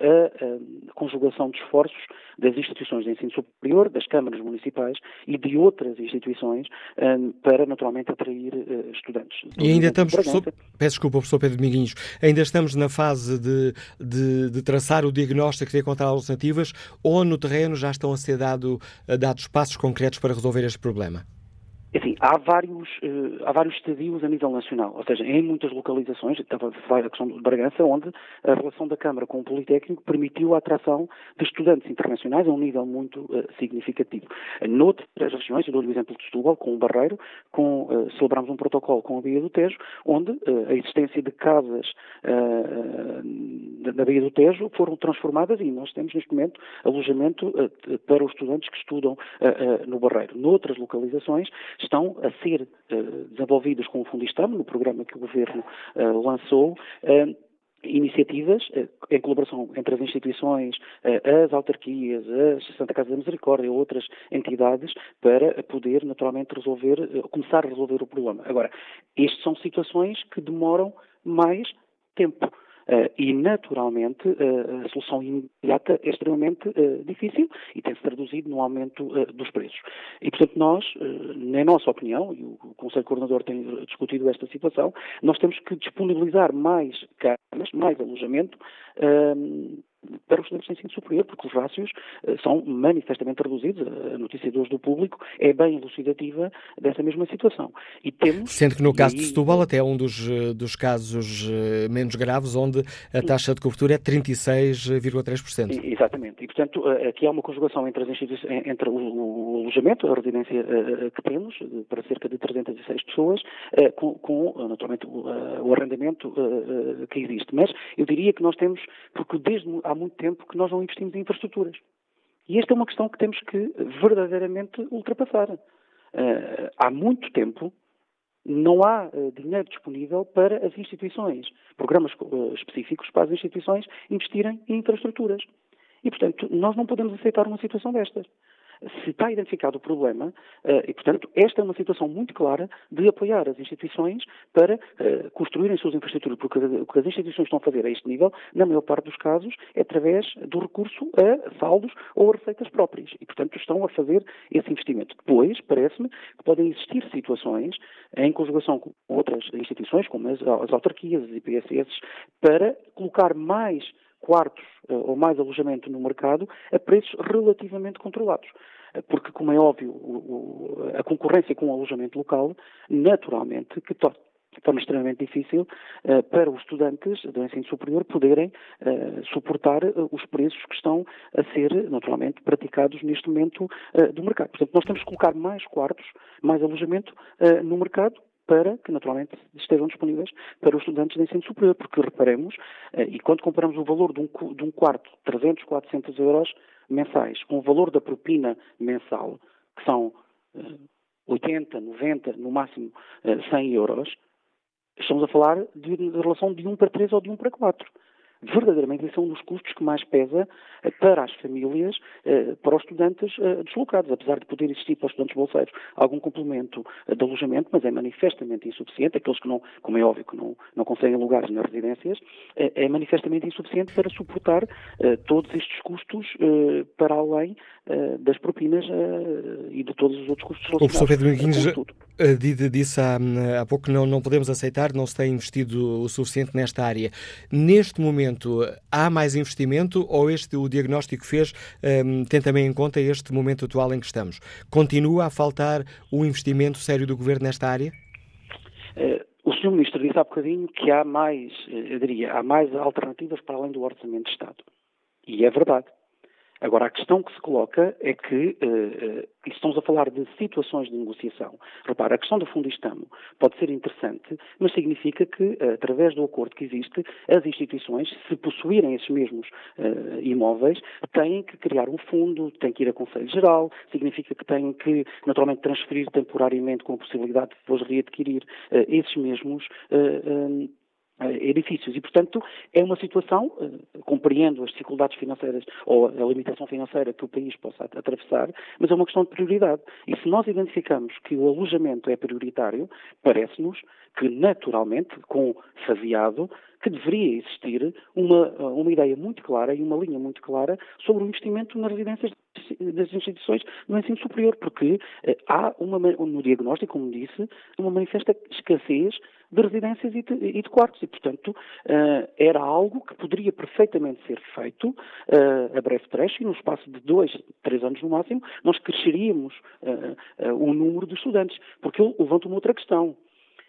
a conjugação de esforços das instituições de ensino superior, das câmaras municipais e de outras instituições para, naturalmente, atrair estudantes. E ainda estamos, peço desculpa, professor Pedro Dominguinhos, ainda estamos na fase de traçar o diagnóstico de encontrar alternativas, ou no terreno já estão a ser dados passos concretos para resolver este problema? Enfim, há vários estadios a nível nacional, ou seja, em muitas localizações, estava a falar a questão de Bragança, onde a relação da Câmara com o Politécnico permitiu a atração de estudantes internacionais a um nível muito significativo. Noutras regiões, eu dou-lhe o exemplo de Setúbal, com o Barreiro, celebramos um protocolo com a Baía do Tejo, onde a existência de casas na Baía do Tejo foram transformadas e nós temos neste momento alojamento para os estudantes que estudam no Barreiro. Noutras localizações estão a ser desenvolvidas com o Fundistam, no programa que o Governo lançou, iniciativas em colaboração entre as instituições, as autarquias, a Santa Casa da Misericórdia e outras entidades para poder naturalmente começar a resolver o problema. Agora, estas são situações que demoram mais tempo. E, naturalmente, a solução imediata é extremamente difícil e tem-se traduzido no aumento dos preços. E, portanto, nós, na nossa opinião, e o Conselho Coordenador tem discutido esta situação, nós temos que disponibilizar mais camas, mais alojamento para os estudantes de ensino superior, porque os rácios são manifestamente reduzidos. A notícia de hoje do Público é bem elucidativa dessa mesma situação. E sendo que no caso de Setúbal até é um dos casos menos graves, onde a taxa de cobertura é 36,3%. Exatamente. E, portanto, aqui há uma conjugação entre as instituições, entre o alojamento, a residência que temos, para cerca de 306 pessoas, com naturalmente, o arrendamento que existe. Mas eu diria que nós temos, porque há muito tempo que nós não investimos em infraestruturas. E esta é uma questão que temos que verdadeiramente ultrapassar. Há muito tempo não há dinheiro disponível para as instituições, programas específicos para as instituições investirem em infraestruturas. E, portanto, nós não podemos aceitar uma situação destas. Se está identificado o problema, e, portanto, esta é uma situação muito clara de apoiar as instituições para construírem suas infraestruturas, porque o que as instituições estão a fazer a este nível, na maior parte dos casos, é através do recurso a saldos ou a receitas próprias. E, portanto, estão a fazer esse investimento. Depois, parece-me que podem existir situações em conjugação com outras instituições, como as autarquias, as IPSS, para colocar mais quartos ou mais alojamento no mercado a preços relativamente controlados. Porque, como é óbvio, a concorrência com o alojamento local, naturalmente, que torna extremamente difícil para os estudantes do ensino superior poderem suportar os preços que estão a ser, naturalmente, praticados neste momento do mercado. Portanto, nós temos que colocar mais quartos, mais alojamento no mercado para que, naturalmente, estejam disponíveis para os estudantes de ensino superior, porque reparemos, e quando comparamos o valor de um quarto, 300, 400 euros mensais, com o valor da propina mensal, que são 80, 90, no máximo 100 euros, estamos a falar de relação de 1 para 3 ou de 1 para 4. Verdadeiramente, esse é um dos custos que mais pesa para as famílias, para os estudantes deslocados, apesar de poder existir para os estudantes bolseiros algum complemento de alojamento, mas é manifestamente insuficiente, aqueles que não, como é óbvio, que não conseguem lugares nas residências, é manifestamente insuficiente para suportar todos estes custos para além das propinas e de todos os outros custos relacionados. O professor Pedro Minguinhos disse há pouco que não podemos aceitar, não se tem investido o suficiente nesta área. Neste momento, há mais investimento ou o diagnóstico que fez tem também em conta este momento atual em que estamos? Continua a faltar um investimento sério do Governo nesta área? O Sr. Ministro disse há bocadinho que há mais alternativas para além do Orçamento de Estado. E é verdade. Agora, a questão que se coloca é que estamos a falar de situações de negociação. Repara, a questão do Fundistamo pode ser interessante, mas significa que, através do acordo que existe, as instituições, se possuírem esses mesmos imóveis, têm que criar um fundo, têm que ir a Conselho Geral, significa que têm que, naturalmente, transferir temporariamente com a possibilidade de depois readquirir esses mesmos edifícios. E, portanto, é uma situação, compreendo as dificuldades financeiras ou a limitação financeira que o país possa atravessar, mas é uma questão de prioridade. E se nós identificamos que o alojamento é prioritário, parece-nos que, naturalmente, com faseado, que deveria existir uma ideia muito clara e uma linha muito clara sobre o investimento nas residências das instituições do ensino superior, porque há, no diagnóstico, como disse, uma manifesta escassez de residências e de quartos e, portanto, era algo que poderia perfeitamente ser feito a breve trecho e no espaço de 2, 3 anos no máximo, nós cresceríamos o número de estudantes, porque eu levanto uma outra questão.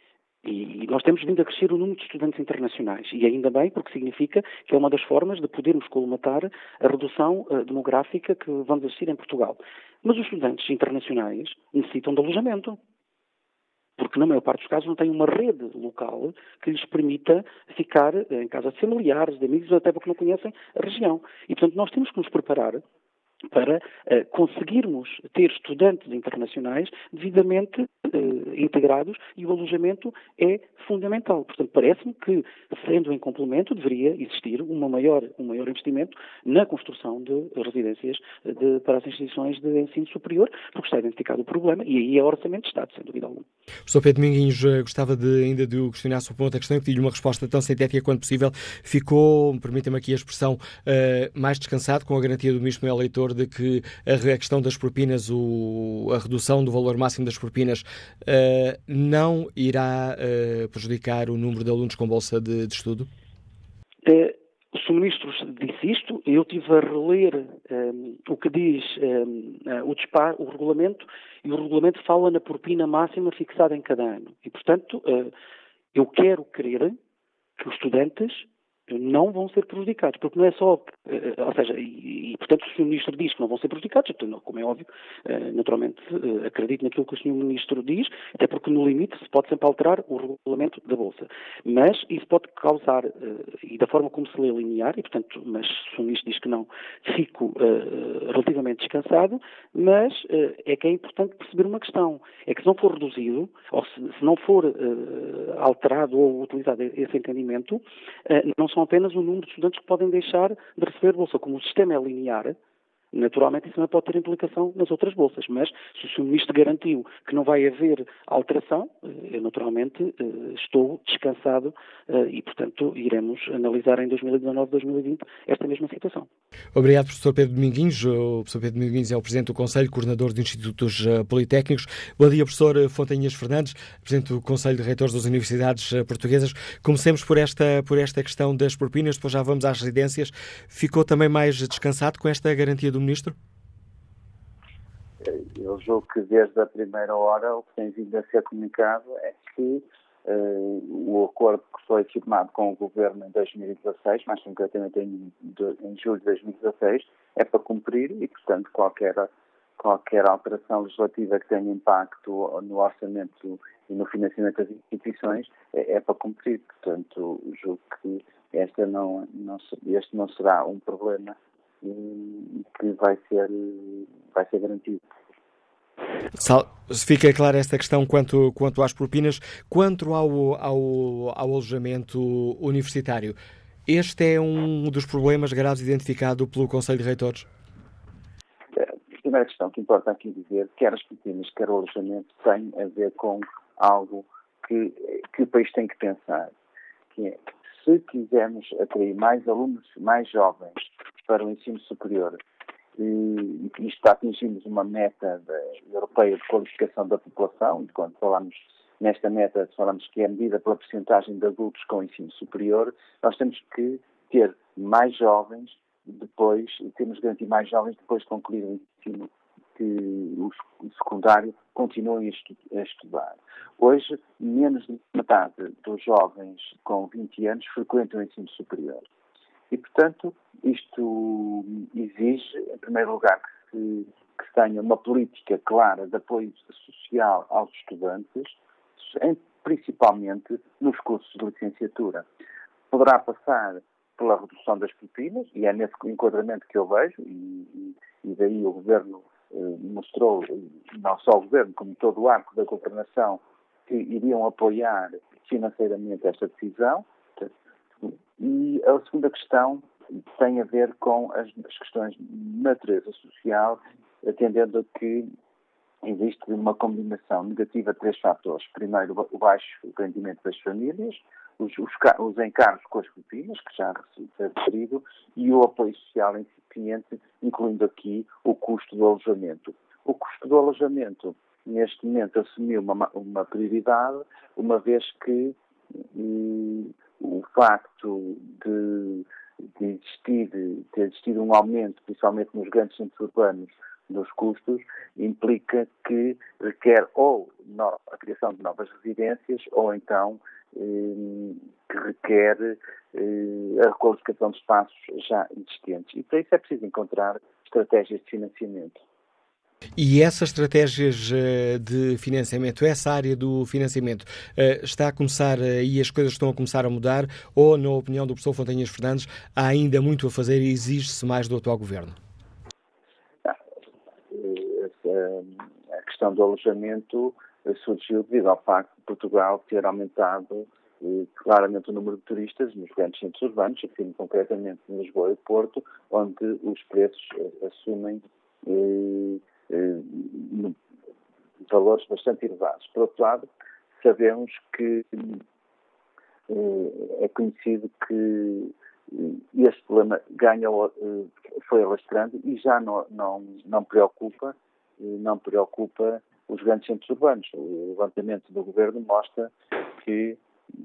E nós temos vindo a crescer o número de estudantes internacionais, e ainda bem, porque significa que é uma das formas de podermos colmatar a redução demográfica que vamos assistir em Portugal. Mas os estudantes internacionais necessitam de alojamento, porque na maior parte dos casos não têm uma rede local que lhes permita ficar em casa de familiares, de amigos, até porque não conhecem a região. E, portanto, nós temos que nos preparar para conseguirmos ter estudantes internacionais devidamente integrados, e o alojamento é fundamental. Portanto, parece-me que, sendo em complemento, deveria existir um maior investimento na construção de residências para as instituições de ensino superior, porque está identificado o problema, e aí é orçamento de Estado, sem dúvida alguma. Professor Pedro Minguinhos, gostava ainda de o questionar sobre uma outra questão e pedir-lhe uma resposta tão sintética quanto possível. Ficou, permita-me aqui a expressão, mais descansado com a garantia do Ministro Manuel Leitor de que a questão das propinas, a redução do valor máximo das propinas, não irá prejudicar o número de alunos com bolsa de estudo? O Sr. Ministro disse isto, eu estive a reler o que diz o regulamento, e o regulamento fala na propina máxima fixada em cada ano. E, portanto, eu quero crer que os estudantes não vão ser prejudicados, porque não é só, ou seja, portanto o Sr. Ministro diz que não vão ser prejudicados, como é óbvio, naturalmente acredito naquilo que o Sr. Ministro diz, até porque no limite se pode sempre alterar o regulamento da Bolsa, mas isso pode causar, e da forma como se lê linear, e portanto, mas o Sr. Ministro diz que não, fico relativamente descansado, mas é que é importante perceber uma questão, é que se não for reduzido, ou se não for alterado ou utilizado esse entendimento, não são apenas o número de estudantes que podem deixar de receber bolsa. Como o sistema é linear, naturalmente isso também pode ter implicação nas outras bolsas, mas se o Sr. Ministro garantiu que não vai haver alteração, eu naturalmente estou descansado e, portanto, iremos analisar em 2019, 2020 esta mesma situação. Obrigado, professor Pedro Minguinhos. O professor Pedro Minguinhos é o Presidente do Conselho, coordenador dos Institutos Politécnicos. Bom dia, professor Fontanhas Fernandes, Presidente do Conselho de Reitores das Universidades Portuguesas. Comecemos por esta questão das propinas, depois já vamos às residências. Ficou também mais descansado com esta garantia do Ministro? Eu julgo que desde a primeira hora o que tem vindo a ser comunicado é que o acordo que foi firmado com o Governo em 2016, mais concretamente em julho de 2016, é para cumprir e, portanto, qualquer alteração legislativa que tenha impacto no orçamento e no financiamento das instituições é para cumprir. Portanto, julgo que este não será um problema que vai ser garantido. Fica clara esta questão quanto às propinas. Quanto ao alojamento universitário, este é um dos problemas graves identificado pelo Conselho de Reitores? A primeira questão que importa aqui dizer, quer as propinas, quer o alojamento, tem a ver com algo que o país tem que pensar, que é, se quisermos atrair mais alunos, mais jovens para o ensino superior, e isto atingimos uma meta europeia de qualificação da população, e quando falamos nesta meta, falamos que é medida pela percentagem de adultos com ensino superior, nós temos que ter mais jovens temos que garantir mais jovens depois de concluir o ensino o secundário continuem a estudar. Hoje, menos de metade dos jovens com 20 anos frequentam o ensino superior. E, portanto, isto exige, em primeiro lugar, que se tenha uma política clara de apoio social aos estudantes, principalmente nos cursos de licenciatura. Poderá passar pela redução das propinas, e é nesse enquadramento que eu vejo, e daí o Governo mostrou, não só o Governo, como todo o arco da governação, que iriam apoiar financeiramente esta decisão. E a segunda questão tem a ver com as questões de natureza social, atendendo a que existe uma combinação negativa de 3 fatores. Primeiro, o baixo rendimento das famílias, os encargos com as propinas, que já foi referido, e o apoio social incipiente, incluindo aqui o custo do alojamento. O custo do alojamento, neste momento, assumiu uma prioridade, uma vez que o facto de ter existido um aumento, principalmente nos grandes centros urbanos, dos custos, implica que requer ou a criação de novas residências ou então que requer a requalificação de espaços já existentes. E para isso é preciso encontrar estratégias de financiamento. E essas estratégias de financiamento, essa área do financiamento, está a começar e as coisas estão a começar a mudar ou, na opinião do professor Fontanhas Fernandes, há ainda muito a fazer e exige-se mais do atual Governo? A questão do alojamento surgiu devido ao facto de Portugal ter aumentado claramente o número de turistas nos grandes centros urbanos, aqui concretamente em Lisboa e Porto, onde os preços assumem valores bastante elevados. Por outro lado, sabemos que é conhecido que este problema foi alastrando e já não preocupa os grandes centros urbanos. O levantamento do Governo mostra que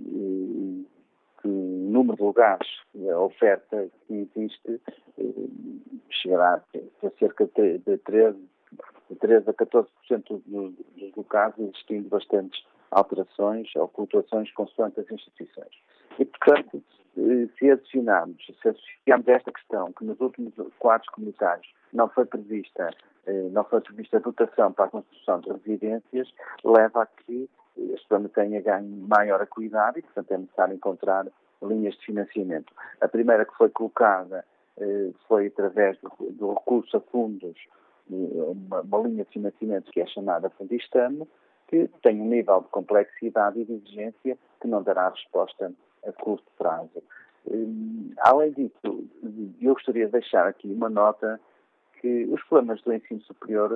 o número de lugares, a oferta que existe, chegará a cerca de 13 a 14% dos locais, existindo bastantes alterações ou flutuações consoante as instituições. E, portanto, se associarmos a esta questão, que nos últimos quadros comunitários não foi prevista dotação para a construção de residências, leva a que este plano tenha ganho maior acuidade e, portanto, é necessário encontrar linhas de financiamento. A primeira que foi colocada foi através do recurso a fundos, uma linha de financiamento que é chamada Fundistamo, que tem um nível de complexidade e de exigência que não dará resposta a curto prazo. Além disso, eu gostaria de deixar aqui uma nota que os problemas do ensino superior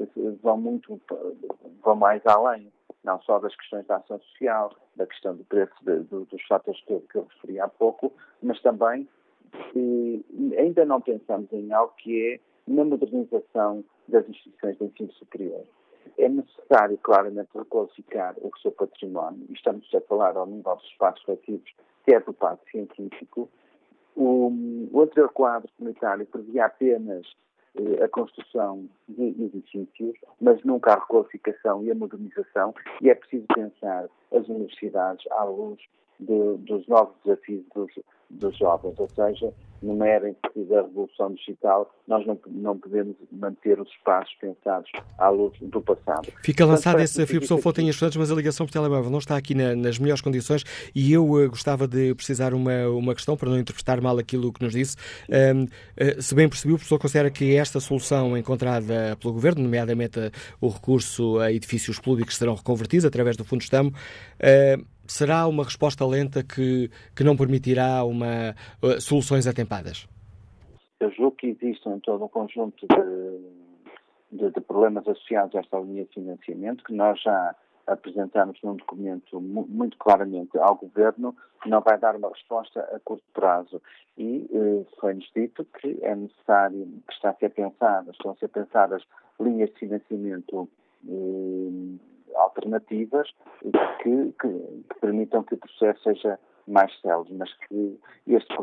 vão mais além, não só das questões da ação social, da questão do preço dos fatores que eu referi há pouco, mas também ainda não pensamos em algo que é na modernização das instituições de ensino superior. É necessário, claramente, requalificar o seu património, e estamos a falar ao nível dos espaços coletivos, que é do parque científico. O anterior quadro comunitário previa apenas a construção de edifícios, mas nunca a requalificação e a modernização, e é preciso pensar as universidades à luz dos novos desafios dos jovens, ou seja, numa era em que da revolução digital nós não podemos manter os espaços pensados à luz do passado. Fica lançado esse desafio, professor Fontinhas Estudantes, mas a ligação por telemóvel não está aqui nas melhores condições e eu gostava de precisar uma questão para não interpretar mal aquilo que nos disse. Se bem percebi, o professor considera que esta solução encontrada pelo Governo, nomeadamente o recurso a edifícios públicos que serão reconvertidos através do Fundo Estamo, será uma resposta lenta que não permitirá soluções atempadas? Eu julgo que existem todo um conjunto de problemas associados a esta linha de financiamento que nós já apresentamos num documento muito claramente ao Governo, que não vai dar uma resposta a curto prazo. E foi-nos dito que é necessário, que estão a ser pensadas linhas de financiamento alternativas que permitam que o processo seja mais célebre, mas que este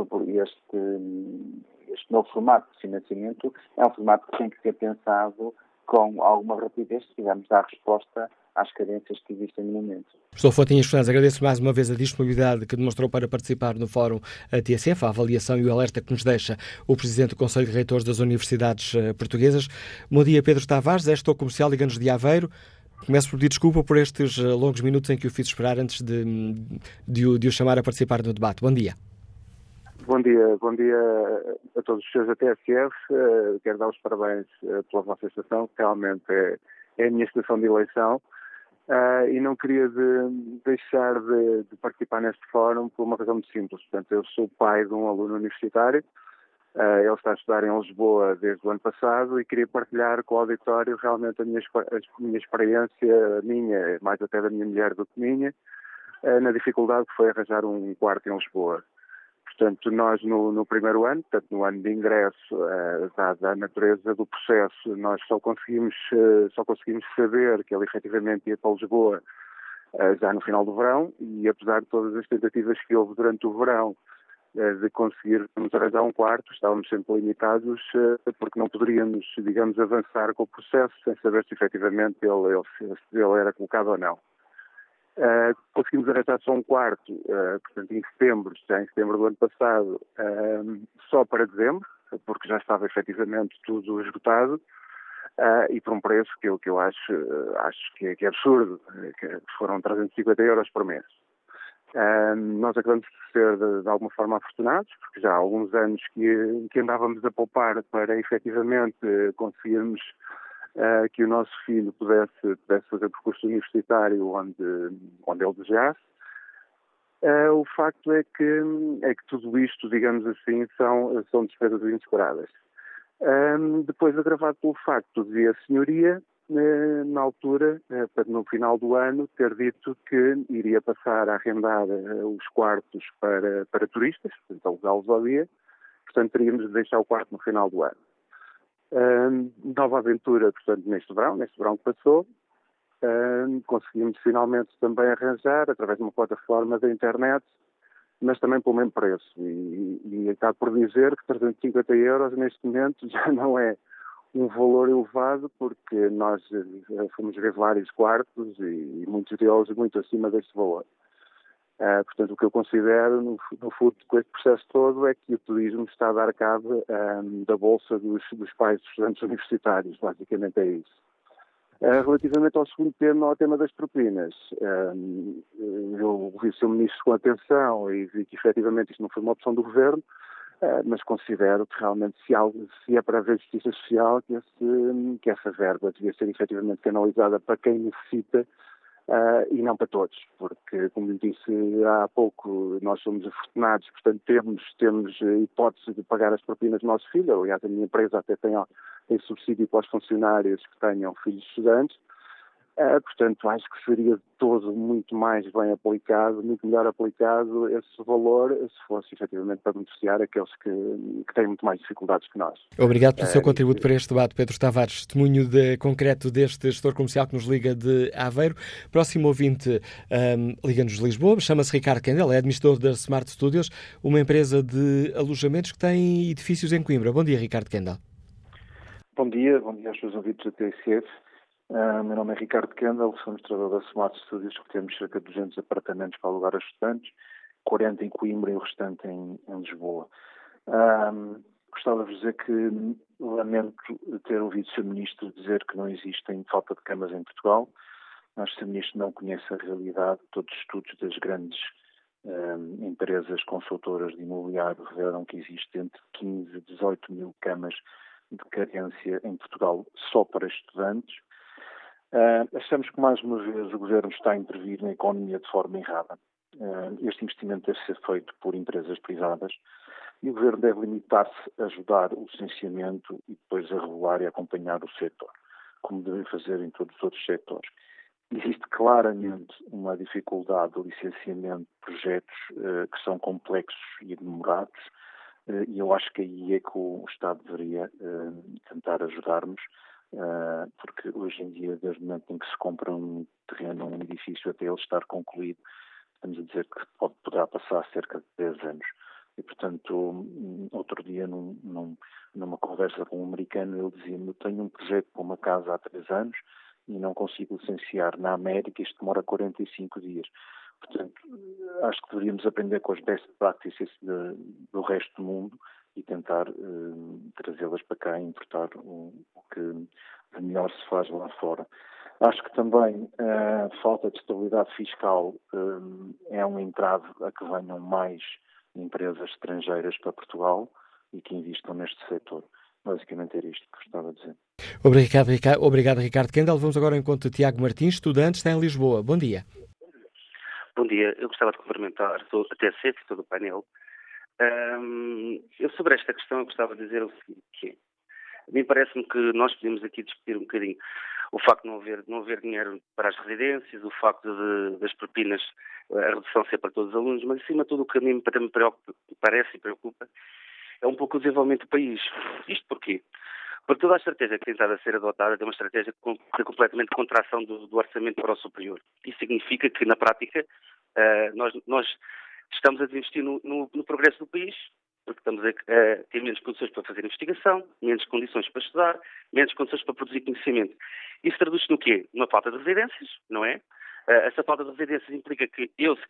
novo formato de financiamento é um formato que tem que ser pensado com alguma rapidez se quisermos dar resposta às carências que existem no momento. Professor Fontinhas Fernandes, agradeço mais uma vez a disponibilidade que demonstrou para participar no Fórum TSF, a avaliação e o alerta que nos deixa o Presidente do Conselho de Reitores das Universidades Portuguesas. Bom dia, Pedro Tavares, Gestor Comercial Liga-nos de Aveiro. Começo por pedir desculpa por estes longos minutos em que o fiz esperar antes de o chamar a participar no debate. Bom dia. Bom dia a todos os senhores da TSF. Quero dar os parabéns pela vossa estação, que realmente é a minha estação de eleição. E não queria deixar de participar neste fórum por uma razão muito simples. Portanto, eu sou pai de um aluno universitário. Ele está a estudar em Lisboa desde o ano passado e queria partilhar com o auditório realmente a minha experiência, mais até da minha mulher do que minha, na dificuldade que foi arranjar um quarto em Lisboa. Portanto, nós no primeiro ano, portanto no ano de ingresso, dada a natureza do processo, nós só conseguimos saber que ele efetivamente ia para Lisboa já no final do verão, e apesar de todas as tentativas que houve durante o verão de conseguirmos arranjar um quarto, estávamos sempre limitados porque não poderíamos, digamos, avançar com o processo sem saber se efetivamente ele era colocado ou não. Conseguimos arranjar só um quarto, portanto, já em setembro do ano passado, só para dezembro, porque já estava efetivamente tudo esgotado, e por um preço que eu acho que é absurdo, que foram 350 euros por mês. Nós acabamos de ser de alguma forma afortunados, porque já há alguns anos que andávamos a poupar para efetivamente conseguirmos que o nosso filho pudesse fazer o percurso universitário onde ele desejasse. O facto é que tudo isto, digamos assim, são despesas inesperadas. Depois, agravado pelo facto de a senhoria, na altura, no final do ano, ter dito que iria passar a arrendar os quartos para turistas, portanto, alugá-los ao dia, portanto, teríamos de deixar o quarto no final do ano. Nova aventura, portanto, neste verão que passou, conseguimos finalmente também arranjar, através de uma plataforma da internet, mas também pelo mesmo preço. E acabo por dizer que 350 euros neste momento já não é um valor elevado, porque nós fomos ver vários quartos e muitos deles muito acima deste valor. Portanto, o que eu considero, no fundo, com este processo todo, é que o turismo está a dar cabo da bolsa dos pais dos estudantes universitários, basicamente é isso. Relativamente ao segundo tema, ao tema das propinas, eu ouvi o Sr. Ministro com atenção e vi que efetivamente isto não foi uma opção do Governo, mas considero que realmente se é para haver justiça social, que essa verba devia ser efetivamente canalizada para quem necessita e não para todos, porque, como lhe disse há pouco, nós somos afortunados, portanto temos hipótese de pagar as propinas do nosso filho. Aliás, a minha empresa até tem subsídio para os funcionários que tenham filhos estudantes. Portanto, acho que seria de todo muito mais bem aplicado, muito melhor aplicado esse valor, se fosse efetivamente para beneficiar aqueles que têm muito mais dificuldades que nós. Obrigado pelo seu contributo para este debate, Pedro Tavares, testemunho concreto deste gestor comercial que nos liga de Aveiro. Próximo ouvinte liga-nos de Lisboa, chama-se Ricardo Kendall, é administrador da Smart Studios, uma empresa de alojamentos que tem edifícios em Coimbra. Bom dia, Ricardo Kendall. Bom dia aos seus ouvintes da TSF. Meu nome é Ricardo Kendall, sou administrador da Smart Studios, que temos cerca de 200 apartamentos para alugar a estudantes, 40 em Coimbra e o restante em Lisboa. Gostava de dizer que lamento ter ouvido o Sr. Ministro dizer que não existem falta de camas em Portugal. Acho que o Sr. Ministro não conhece a realidade. Todos os estudos das grandes empresas consultoras de imobiliário revelam que existe entre 15 e 18 mil camas de carência em Portugal só para estudantes. Achamos que mais uma vez o Governo está a intervir na economia de forma errada. Este investimento deve ser feito por empresas privadas e o Governo deve limitar-se a ajudar o licenciamento e depois a regular e a acompanhar o setor, como devem fazer em todos os outros setores. Existe claramente uma dificuldade de licenciamento de projetos que são complexos e demorados, e eu acho que aí é que o Estado deveria tentar ajudar-nos, porque hoje em dia, desde o momento em que se compra um terreno, um edifício, até ele estar concluído, estamos a dizer que poderá passar cerca de 10 anos. E, portanto, outro dia, numa conversa com um americano, ele dizia-me: eu tenho um projeto para uma casa há 3 anos e não consigo licenciar. Na América isto demora 45 dias. Portanto, acho que deveríamos aprender com as best practices do resto do mundo e tentar trazê-las para cá e importar o que de melhor se faz lá fora. Acho que também a falta de estabilidade fiscal é um entrave a que venham mais empresas estrangeiras para Portugal e que investam neste setor. Basicamente era isto que gostava de dizer. Obrigado, Ricardo Kendall. Vamos agora ao encontro de Tiago Martins, estudante, está em Lisboa. Bom dia. Bom dia. Eu gostava de cumprimentar a TSF e todo o painel. Eu sobre esta questão eu gostava de dizer o seguinte, que a mim parece-me que nós podemos aqui discutir um bocadinho o facto de não haver dinheiro para as residências, o facto das propinas, a redução ser para todos os alunos, mas acima de tudo o que a mim me parece e preocupa é um pouco o desenvolvimento do país. Isto porquê? Porque toda a estratégia que tem estado a ser adotada é uma estratégia de completamente contração do orçamento para o superior. Isso significa que, na prática, nós estamos a investir no progresso do país, porque estamos a ter menos condições para fazer investigação, menos condições para estudar, menos condições para produzir conhecimento. Isso traduz-se no quê? Numa falta de residências, não é? Essa falta de residências implica que eu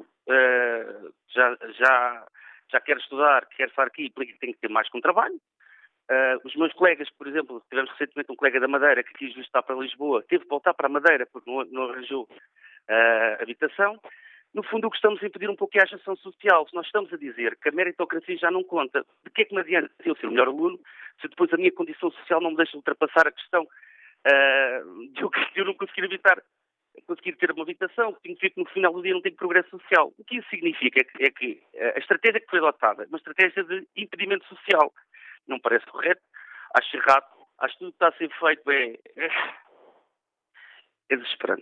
já quero estudar, quero estar aqui, implica que tenho que ter mais que um trabalho. Os meus colegas, por exemplo, tivemos recentemente um colega da Madeira que quis visitar para Lisboa, teve de voltar para a Madeira porque não arranjou habitação. No fundo, o que estamos a impedir um pouco é a ação social. Se nós estamos a dizer que a meritocracia já não conta, de que é que me adianta eu ser o melhor aluno se depois a minha condição social não me deixa ultrapassar a questão de eu não conseguir ter uma habitação, que significa que no final do dia não tenho progresso social. O que isso significa é que a estratégia que foi adotada é uma estratégia de impedimento social. Não parece correto, acho errado, acho que tudo que está a ser feito é desesperante.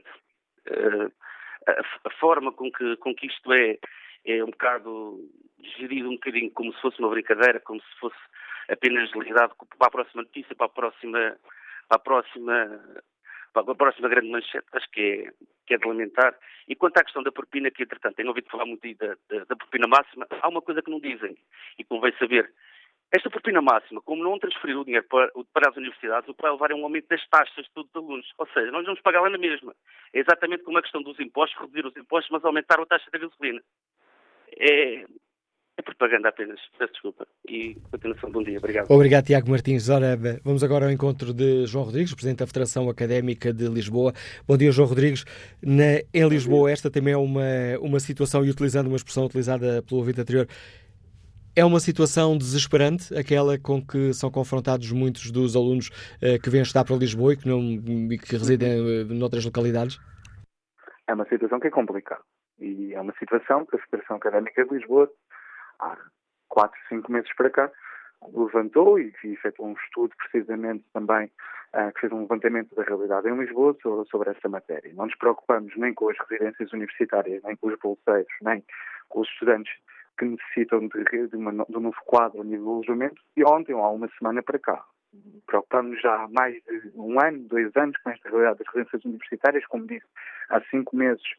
A forma com que isto é um bocado gerido um bocadinho como se fosse uma brincadeira, como se fosse apenas ligado para a próxima notícia, para a próxima grande manchete. Acho que é de lamentar. E quanto à questão da propina, que entretanto tenho ouvido falar muito aí da propina máxima, há uma coisa que não dizem e convém saber. Esta propina máxima, como não transferir o dinheiro para as universidades, o que vai levar é um aumento das taxas de todos os alunos. Ou seja, nós vamos pagá-la na mesma. É exatamente como a questão dos impostos, reduzir os impostos, mas aumentar a taxa da gasolina. É propaganda apenas. Peço desculpa. E continuação, bom dia. Obrigado. Obrigado, Tiago Martins. Ora, vamos agora ao encontro de João Rodrigues, Presidente da Federação Académica de Lisboa. Bom dia, João Rodrigues. Em Lisboa, esta também é uma situação, e utilizando uma expressão utilizada pelo ouvinte anterior, é uma situação desesperante, aquela com que são confrontados muitos dos alunos que vêm estudar para Lisboa e que residem noutras localidades? É uma situação que é complicada. E é uma situação que a Federação Académica de Lisboa, há 4, 5 meses para cá, levantou e efetuou um estudo precisamente também que fez um levantamento da realidade em Lisboa sobre essa matéria. Não nos preocupamos nem com as residências universitárias, nem com os bolseiros, nem com os estudantes que necessitam de um novo quadro a nível de alojamento, e ontem, ou há uma semana para cá. Preocupamos já há mais de 1 ano, 2 anos com esta realidade das residências universitárias. Como disse, há 5 meses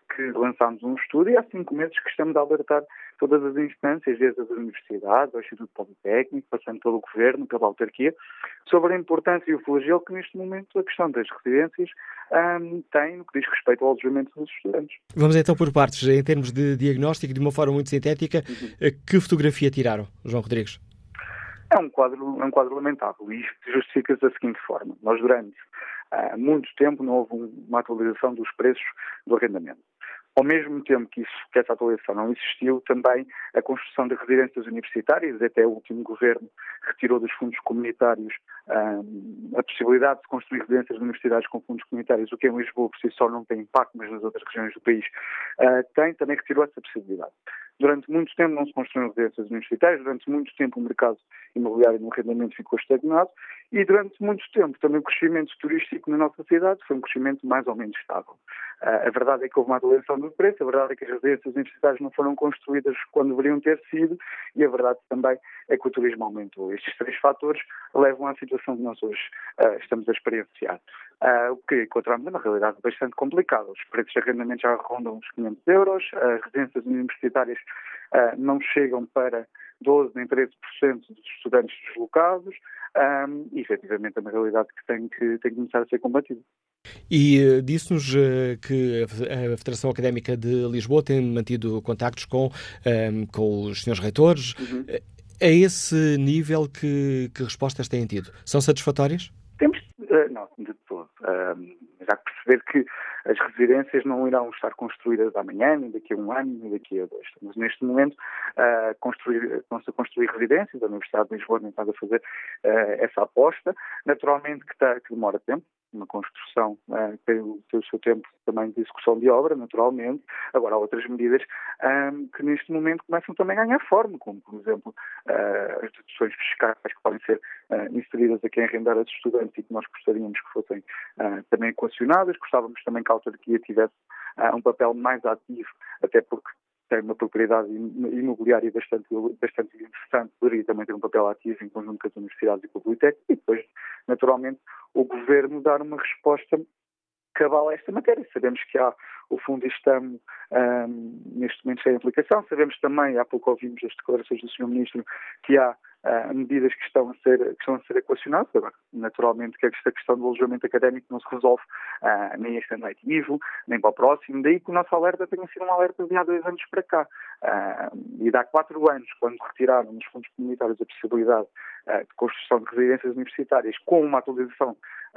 que lançámos um estudo e há 5 meses que estamos a alertar todas as instâncias, desde as universidades, ao Instituto Politécnico, passando pelo Governo, pela autarquia, sobre a importância e o flagelo que neste momento a questão das residências tem no que diz respeito ao alojamento dos estudantes. Vamos então por partes. Em termos de diagnóstico, de uma forma muito sintética, que fotografia tiraram, João Rodrigues? É um quadro lamentável e isto justifica-se da seguinte forma. Nós, durante muito tempo, não houve uma atualização dos preços do arrendamento. Ao mesmo tempo que essa atualização não existiu, também a construção de residências universitárias, até o último governo retirou dos fundos comunitários a possibilidade de construir residências universitárias com fundos comunitários, o que em Lisboa por si só não tem impacto, mas nas outras regiões do país também retirou essa possibilidade. Durante muito tempo não se construíram residências universitárias, durante muito tempo o mercado imobiliário no arrendamento ficou estagnado e durante muito tempo também o crescimento turístico na nossa cidade foi um crescimento mais ou menos estável. A verdade é que houve uma atualização do preço, a verdade é que as residências universitárias não foram construídas quando deveriam ter sido e a verdade também é que o turismo aumentou. Estes 3 fatores levam à situação que nós hoje estamos a experienciar. O que encontramos é uma realidade bastante complicada. Os preços de arrendamento já rondam os 500 euros, as residências universitárias não chegam para 12% nem 13% dos estudantes deslocados e, efetivamente, é uma realidade que tem que começar a ser combatida. E disse-nos que a Federação Académica de Lisboa tem mantido contactos com os senhores reitores. A esse nível, que respostas têm tido? São satisfatórias? Não, de todo. Mas há que perceber que as residências não irão estar construídas amanhã, nem daqui a 1 ano, nem daqui a 2. Mas neste momento estão-se a construir residências, a Universidade de Lisboa nem está a fazer essa aposta. Naturalmente que demora tempo. Uma construção tem o seu tempo também de execução de obra, naturalmente. Agora, há outras medidas que neste momento começam também a ganhar forma, como, por exemplo, as deduções fiscais que podem ser inseridas a quem arrendar aos estudantes e que nós gostaríamos que fossem também equacionadas. Gostávamos também que a autarquia tivesse um papel mais ativo, até porque tem uma propriedade imobiliária bastante interessante, poderia também ter um papel ativo em conjunto com as universidades e com o Politécnico, e depois, naturalmente, o Governo dar uma resposta cabal a esta matéria. Sabemos que há o Fundo ISTAM neste momento sem aplicação, sabemos também, há pouco ouvimos as declarações do Sr. Ministro, que há medidas que estão a ser equacionadas. Agora, naturalmente que esta questão do alojamento académico não se resolve nem este ano letivo, nem para o próximo, daí que o nosso alerta tenha sido um alerta de há 2 anos para cá. E de há 4 anos, quando retiraram nos fundos comunitários a possibilidade de construção de residências universitárias com uma atualização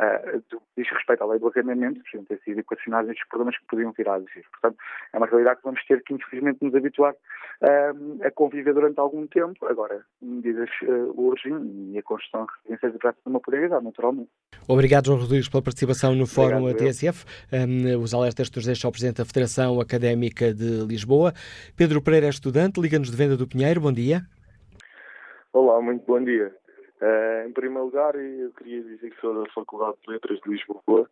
diz respeito à lei do arrendamento, podiam ter sido equacionados estes problemas que podiam vir a existir. Portanto, é uma realidade que vamos ter que, infelizmente, nos habituar a conviver durante algum tempo. Agora, medidas urgem e a construção de residências deverá ser uma prioridade, naturalmente. Obrigado, João Rodrigues, pela participação no Fórum TSF. Os alertas que nos deixa o Presidente da Federação Académica de Lisboa. Pedro Pereira é estudante, Liga-nos de Venda do Pinheiro. Bom dia. Olá, muito bom dia. Em primeiro lugar, eu queria dizer que sou da Faculdade de Letras de Lisboa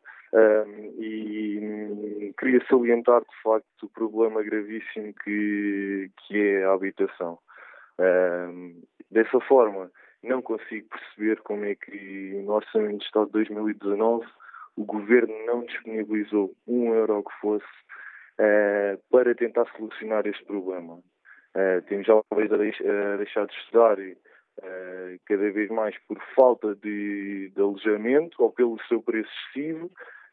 e queria salientar, de facto, o problema gravíssimo que é a habitação. Dessa forma, não consigo perceber como é que no Orçamento de Estado de 2019 o Governo não disponibilizou €1 que fosse para tentar solucionar este problema. Temos jovens a deixar de estudar cada vez mais por falta de alojamento ou pelo seu preço excessivo,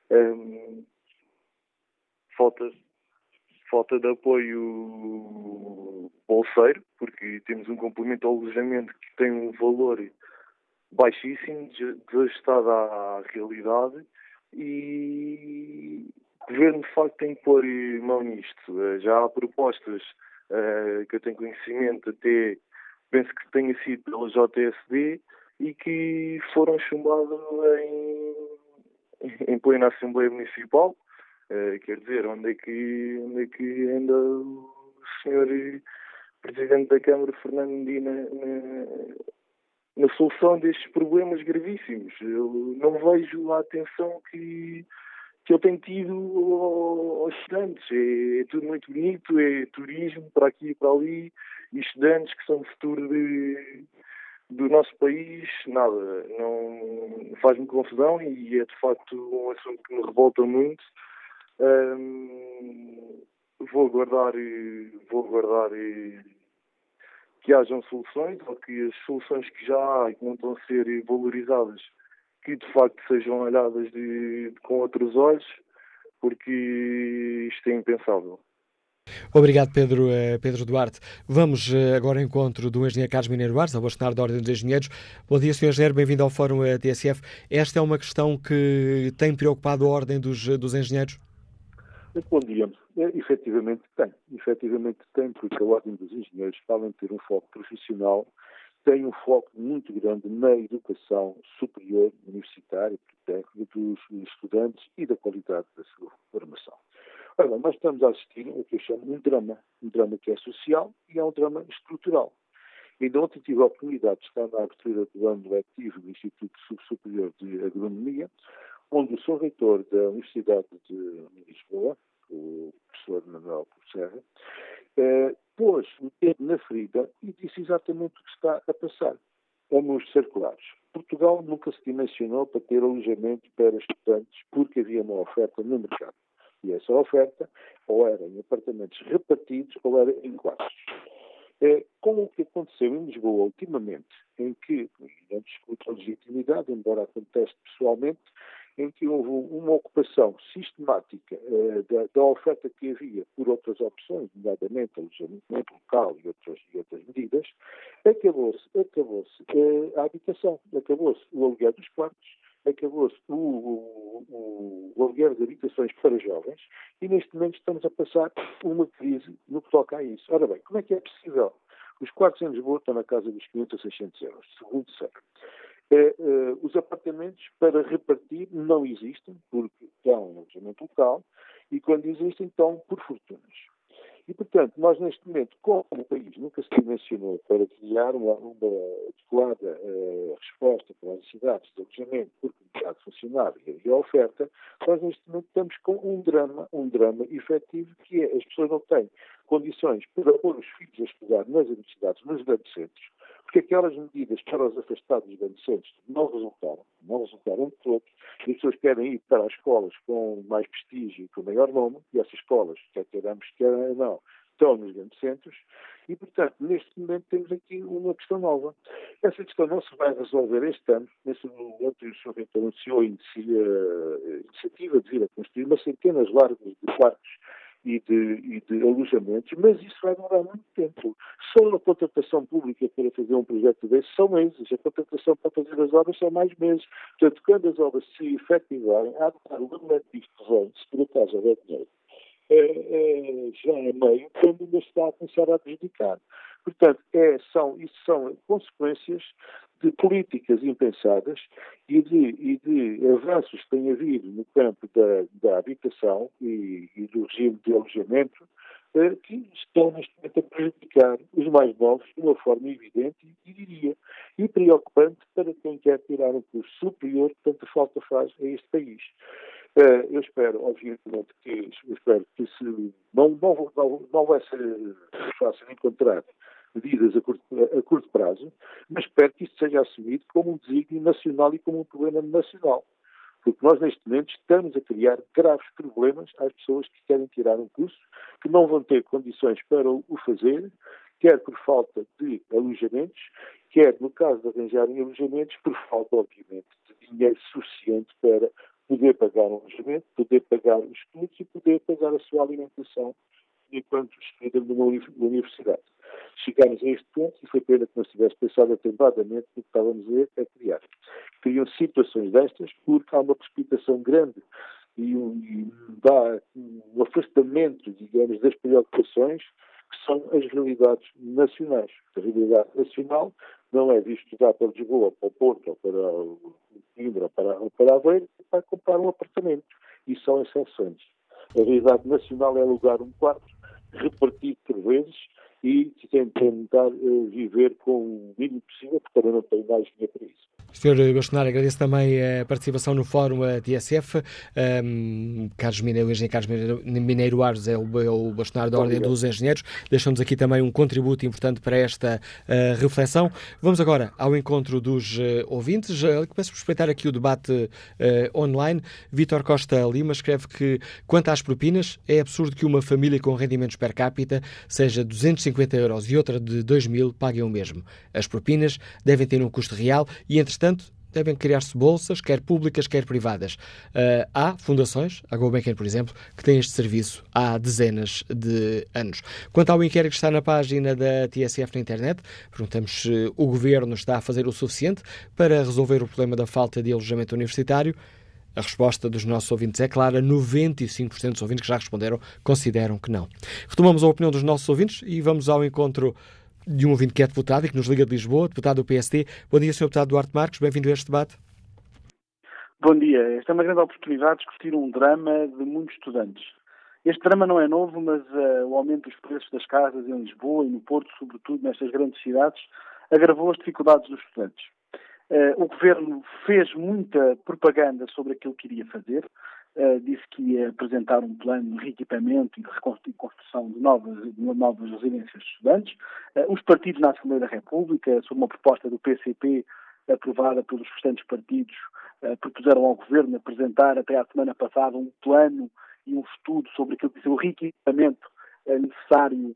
falta de apoio bolseiro, porque temos um complemento ao alojamento que tem um valor baixíssimo, desajustado à realidade, e o Governo de facto tem que pôr mão nisto. Já há propostas que eu tenho conhecimento, até penso que tenha sido pela JSD, e que foram chumbadas em plena Assembleia Municipal. Quer dizer, onde é que anda o Sr. Presidente da Câmara, Fernando Medina, na solução destes problemas gravíssimos? Eu não vejo a atenção que ele tem tido aos estudantes. É tudo muito bonito, é turismo para aqui e para ali, e estudantes que são o futuro do nosso país, nada. Não faz-me confusão e é de facto um assunto que me revolta muito. vou aguardar que hajam soluções, ou que as soluções que já há e que não estão a ser valorizadas, que de facto sejam olhadas com outros olhos, porque isto é impensável. Obrigado, Pedro Duarte. Vamos agora ao encontro do engenheiro Carlos Mineiro Ares, ao bastonário da Ordem dos Engenheiros. Bom dia, Sr. Engenheiro, bem-vindo ao Fórum TSF. Esta é uma questão que tem preocupado a Ordem dos Engenheiros? Bom dia. Efetivamente tem, porque a Ordem dos Engenheiros, além de ter um foco profissional, tem um foco muito grande na educação superior, universitária, técnica dos estudantes e da qualidade da sua formação. Ora bem, nós estamos a assistir ao que eu chamo um drama que é social e é um drama estrutural. Ainda ontem tive a oportunidade de estar na abertura do ano letivo do Instituto Superior de Agronomia, onde o Sr. Reitor da Universidade de Lisboa, o professor Manuel Serra, pôs o dedo na ferida e disse exatamente o que está a passar. Vamos ser claros. Portugal nunca se dimensionou para ter alojamento para estudantes porque havia uma oferta no mercado. E essa oferta ou era em apartamentos repartidos ou era em quartos. Com o que aconteceu em Lisboa ultimamente, em que, não discuto a legitimidade, embora aconteça pessoalmente, em que houve uma ocupação sistemática da oferta que havia por outras opções, nomeadamente alojamento local e outras medidas, acabou-se a habitação, acabou-se o aluguer dos quartos, acabou-se o aluguer de habitações para jovens e neste momento estamos a passar uma crise no que toca a isso. Ora bem, como é que é possível? Os quartos em Lisboa estão na casa dos 500 a 600 euros, segundo sei. Os apartamentos para repartir não existem, porque estão no alojamento local, e quando existem, estão por fortunas. E, portanto, nós neste momento, como o país nunca se dimensionou para criar uma adequada resposta para as necessidades de alojamento por comunidade funcionária e a oferta, nós neste momento estamos com um drama efetivo, que é as pessoas não têm condições para pôr os filhos a estudar nas universidades, nos grandes centros, porque aquelas medidas para os afastados dos grandes centros não resultaram de todos, e as pessoas querem ir para as escolas com mais prestígio e com maior nome, e essas escolas, quer queiramos, quer não, estão nos grandes centros, e, portanto, neste momento temos aqui uma questão nova. Essa questão não se vai resolver este ano. Nesse momento, o Sr. Reitor anunciou a iniciativa de vir a construir uma centenas largas de quartos e de alojamentos, mas isso vai demorar muito tempo. Só a contratação pública para fazer um projeto desse são meses, a contratação para fazer as obras são mais meses. Portanto, quando as obras se efetivarem, há de dar o regulamento disto resolve, se por acaso houver dinheiro, já é meio, quando ainda está a começar a prejudicar. Portanto, isso são consequências de políticas impensadas e de avanços que têm havido no campo da habitação e do regime de alojamento que estão neste momento a prejudicar os mais novos de uma forma evidente e preocupante para quem quer tirar um curso superior que tanta falta faz a este país. Eu espero, obviamente, que não vai ser fácil encontrar medidas a curto prazo, mas espero que isto seja assumido como um desígnio nacional e como um problema nacional. Porque nós, neste momento, estamos a criar graves problemas às pessoas que querem tirar um curso, que não vão ter condições para o fazer, quer por falta de alojamentos, quer, no caso de arranjarem alojamentos, por falta, obviamente, de dinheiro suficiente para poder pagar um alojamento, poder pagar os estudos e poder pagar a sua alimentação enquanto estuda numa universidade. Chegámos a este ponto e foi pena que não se tivesse pensado atempadamente no que estávamos a criar. Criam situações destas porque há uma precipitação grande e dá um afastamento, digamos, das preocupações que são as realidades nacionais. A realidade nacional não é vir estudar para Lisboa, para o Porto, ou para o Coimbra, ou para Aveiro, para comprar um apartamento. E são exceções. A realidade nacional é alugar um quarto, repartido por vezes, e tentar viver com o mínimo possível, porque também não tem mais dinheiro para isso. Sr. Bastonário, agradeço também a participação no Fórum TSF. Carlos Mineiro, o engenheiro Carlos Mineiro Ares é o Bastonário da Ordem dos Engenheiros. Deixam-nos aqui também um contributo importante para esta reflexão. Vamos agora ao encontro dos ouvintes. Começo por respeitar aqui o debate online. Vítor Costa Lima escreve que, quanto às propinas, é absurdo que uma família com rendimentos per capita, seja 250 euros e outra de 2.000, paguem o mesmo. As propinas devem ter um custo real e, entretanto, devem criar-se bolsas, quer públicas, quer privadas. Há fundações, a Gulbenkian, por exemplo, que têm este serviço há dezenas de anos. Quanto ao inquérito que está na página da TSF na internet, perguntamos se o Governo está a fazer o suficiente para resolver o problema da falta de alojamento universitário. A resposta dos nossos ouvintes é clara, 95% dos ouvintes que já responderam consideram que não. Retomamos a opinião dos nossos ouvintes e vamos ao encontro de um ouvinte que é deputado e que nos liga de Lisboa, deputado do PSD. Bom dia, Sr. Deputado Duarte Marques, bem-vindo a este debate. Bom dia. Esta é uma grande oportunidade de discutir um drama de muitos estudantes. Este drama não é novo, mas o aumento dos preços das casas em Lisboa e no Porto, sobretudo nestas grandes cidades, agravou as dificuldades dos estudantes. O Governo fez muita propaganda sobre aquilo que iria fazer. Disse que ia apresentar um plano de reequipamento e de reconstrução de novas residências de estudantes. Os partidos na Assembleia da República, sob uma proposta do PCP aprovada pelos restantes partidos, propuseram ao Governo apresentar até à semana passada um plano e um estudo sobre aquilo que é o reequipamento necessário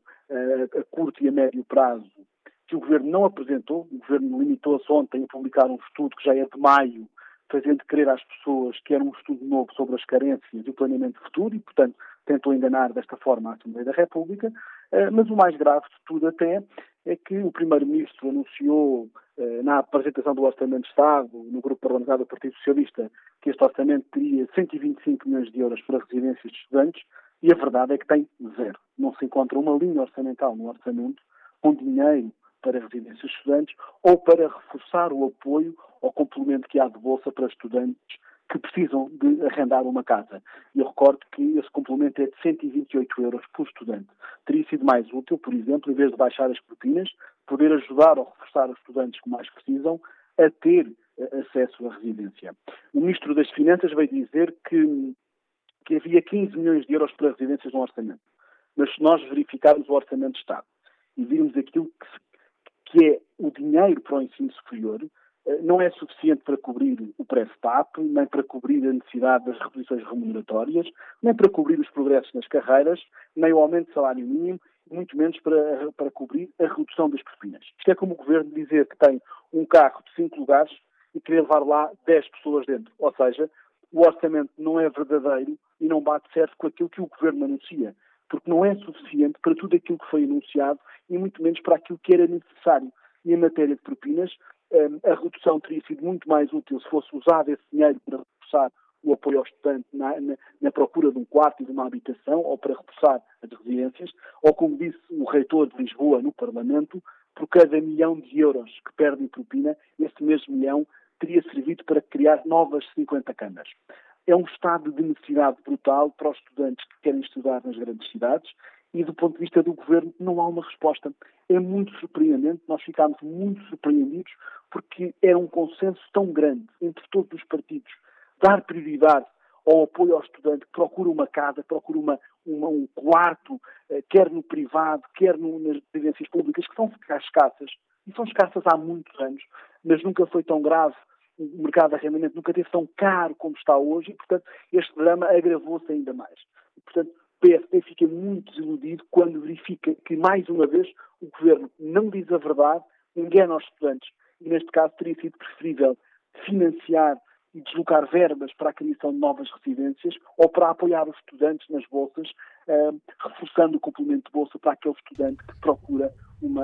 a curto e a médio prazo, que o Governo não apresentou. O Governo limitou-se ontem a publicar um estudo que já é de maio, fazendo crer às pessoas que era um estudo novo sobre as carências e o planeamento futuro e, portanto, tentou enganar desta forma a Assembleia da República. Mas o mais grave de tudo até é que o Primeiro-Ministro anunciou na apresentação do Orçamento de Estado, no grupo parlamentar do Partido Socialista, que este orçamento teria 125 milhões de euros para residências de estudantes e a verdade é que tem zero. Não se encontra uma linha orçamental no orçamento com dinheiro para residências de estudantes ou para reforçar o apoio ao complemento que há de bolsa para estudantes que precisam de arrendar uma casa. E eu recordo que esse complemento é de 128 euros por estudante. Teria sido mais útil, por exemplo, em vez de baixar as propinas, poder ajudar ou reforçar os estudantes que mais precisam a ter acesso à residência. O Ministro das Finanças veio dizer que havia 15 milhões de euros para residências no orçamento. Mas se nós verificarmos o Orçamento de Estado e virmos aquilo que é o dinheiro para o ensino superior, não é suficiente para cobrir o pré-STAP, nem para cobrir a necessidade das reposições remuneratórias, nem para cobrir os progressos nas carreiras, nem o aumento do salário mínimo, muito menos para cobrir a redução das propinas. Isto é como o Governo dizer que tem um carro de 5 lugares e querer levar lá 10 pessoas dentro. Ou seja, o orçamento não é verdadeiro e não bate certo com aquilo que o Governo anuncia, porque não é suficiente para tudo aquilo que foi anunciado e muito menos para aquilo que era necessário. E em matéria de propinas, a redução teria sido muito mais útil se fosse usado esse dinheiro para reforçar o apoio ao estudante na procura de um quarto e de uma habitação, ou para reforçar as residências, ou como disse o reitor de Lisboa no Parlamento, por cada €1 milhão que perde em propina, esse mesmo milhão teria servido para criar novas 50 câmaras. É um estado de necessidade brutal para os estudantes que querem estudar nas grandes cidades e, do ponto de vista do Governo, não há uma resposta. É muito surpreendente, nós ficámos muito surpreendidos porque era um consenso tão grande entre todos os partidos dar prioridade ao apoio ao estudante que procura uma casa, procura um quarto, quer no privado, quer nas residências públicas, que são escassas, e são escassas há muitos anos, mas nunca foi tão grave. O mercado de arrendamento nunca teve tão caro como está hoje e, portanto, este drama agravou-se ainda mais. E, portanto, o PSD fica muito desiludido quando verifica que, mais uma vez, o Governo não diz a verdade, engana os estudantes. E, neste caso, teria sido preferível financiar e deslocar verbas para a criação de novas residências ou para apoiar os estudantes nas bolsas, reforçando o complemento de bolsa para aquele estudante que procura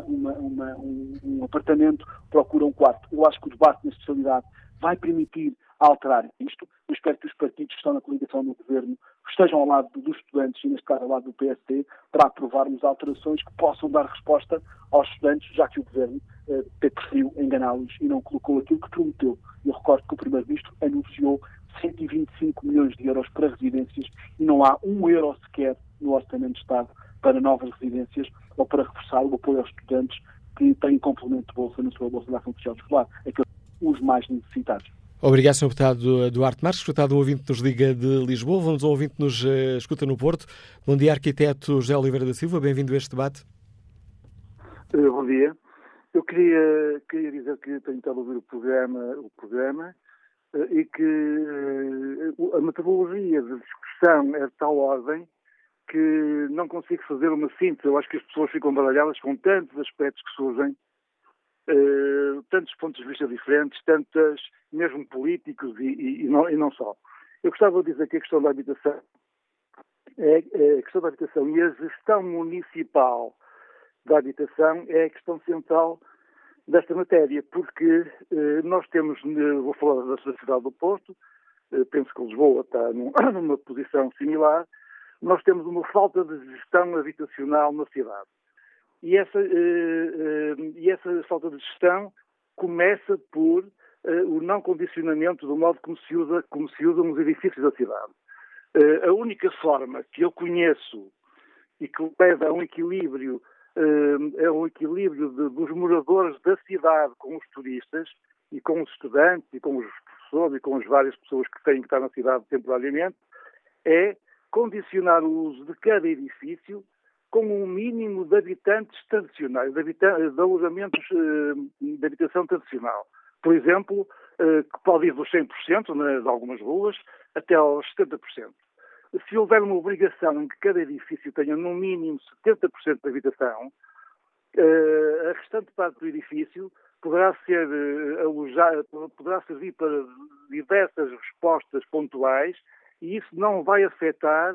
um apartamento, procura um quarto. Eu acho que o debate na especialidade vai permitir alterar isto. Eu espero que os partidos que estão na coligação do Governo estejam ao lado dos estudantes e, neste caso, ao lado do PSD, para aprovarmos alterações que possam dar resposta aos estudantes, já que o Governo preferiu enganá-los e não colocou aquilo que prometeu. Eu recordo que o Primeiro-Ministro anunciou 125 milhões de euros para residências e não há €1 sequer no Orçamento de Estado para novas residências ou para reforçar o apoio aos estudantes que têm complemento de bolsa na sua Bolsa de Ação Social Escolar. os mais necessitados. Obrigado, Sr. Deputado Duarte Marques. Deputado, um ouvinte nos liga de Lisboa. Vamos a um ouvinte que nos escuta no Porto. Bom dia, arquiteto José Oliveira da Silva. Bem-vindo a este debate. Bom dia. Eu queria dizer que tenho estado a ouvir o programa e que a metodologia de discussão é de tal ordem que não consigo fazer uma síntese. Eu acho que as pessoas ficam baralhadas com tantos aspectos que surgem, tantos pontos de vista diferentes, tantas, mesmo políticos e não só. Eu gostava de dizer que a questão da habitação e a gestão municipal da habitação é a questão central desta matéria, porque nós temos, vou falar da cidade do Porto, penso que Lisboa está numa posição similar, nós temos uma falta de gestão habitacional na cidade. E essa falta de gestão começa por o não condicionamento do modo como se usam os edifícios da cidade. A única forma que eu conheço e que leva a um equilíbrio dos moradores da cidade com os turistas e com os estudantes e com os professores e com as várias pessoas que têm que estar na cidade temporariamente, é condicionar o uso de cada edifício com um mínimo de habitantes tradicionais, de alojamentos de habitação tradicional. Por exemplo, que pode ir dos 100%, de algumas ruas, até aos 70%. Se houver uma obrigação em que cada edifício tenha no mínimo 70% de habitação, a restante parte do edifício poderá ser alojada, poderá servir para diversas respostas pontuais e isso não vai afetar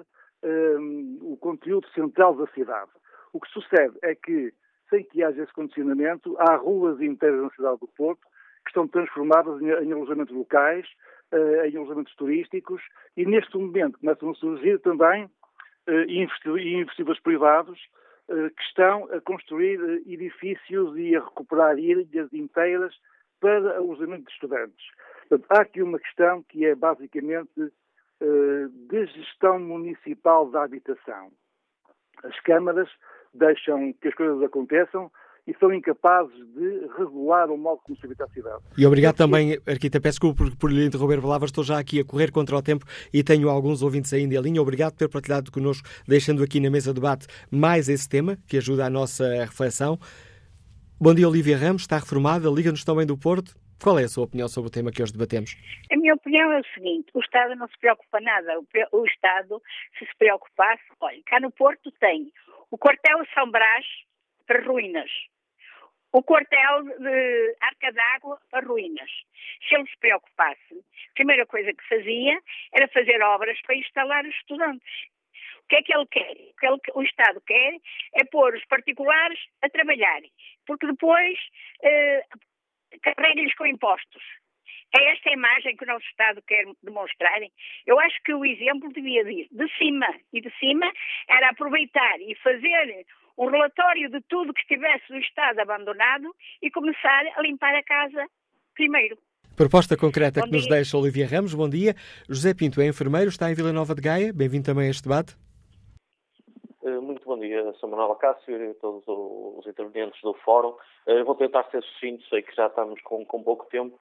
o conteúdo central da cidade. O que sucede é que, sem que haja esse condicionamento, há ruas inteiras na cidade do Porto que estão transformadas em alojamentos locais, em alojamentos turísticos, e neste momento começam a surgir também investidores privados que estão a construir edifícios e a recuperar ilhas inteiras para alojamento de estudantes. Portanto, há aqui uma questão que é basicamente de gestão municipal da habitação. As câmaras deixam que as coisas aconteçam e são incapazes de regular o modo como se habita a cidade. E obrigado também, arquiteto, peço desculpa por lhe interromper palavras, estou já aqui a correr contra o tempo e tenho alguns ouvintes ainda em linha. Obrigado por ter partilhado connosco, deixando aqui na mesa de debate mais esse tema, que ajuda a nossa reflexão. Bom dia, Olívia Ramos, está reformada, liga-nos também do Porto. Qual é a sua opinião sobre o tema que hoje debatemos? A minha opinião é o seguinte, o Estado não se preocupa nada. O Estado, se preocupasse, olha, cá no Porto tem o quartel São Brás para ruínas, o quartel de Arca d'Água para ruínas. Se ele se preocupasse, a primeira coisa que fazia era fazer obras para instalar os estudantes. O que é que ele quer? O que o Estado quer é pôr os particulares a trabalharem, porque depois carrega-lhes com impostos. É esta a imagem que o nosso Estado quer demonstrar. Eu acho que o exemplo devia vir de cima, e de cima era aproveitar e fazer um relatório de tudo que estivesse no Estado abandonado e começar a limpar a casa primeiro. Proposta concreta que nos deixa Olívia Ramos. Bom dia. José Pinto é enfermeiro, está em Vila Nova de Gaia. Bem-vindo também a este debate. Muito bom dia, Sr. Manuel Acácio e a todos os intervenientes do Fórum. Vou tentar ser sucinto, sei que já estamos com pouco tempo.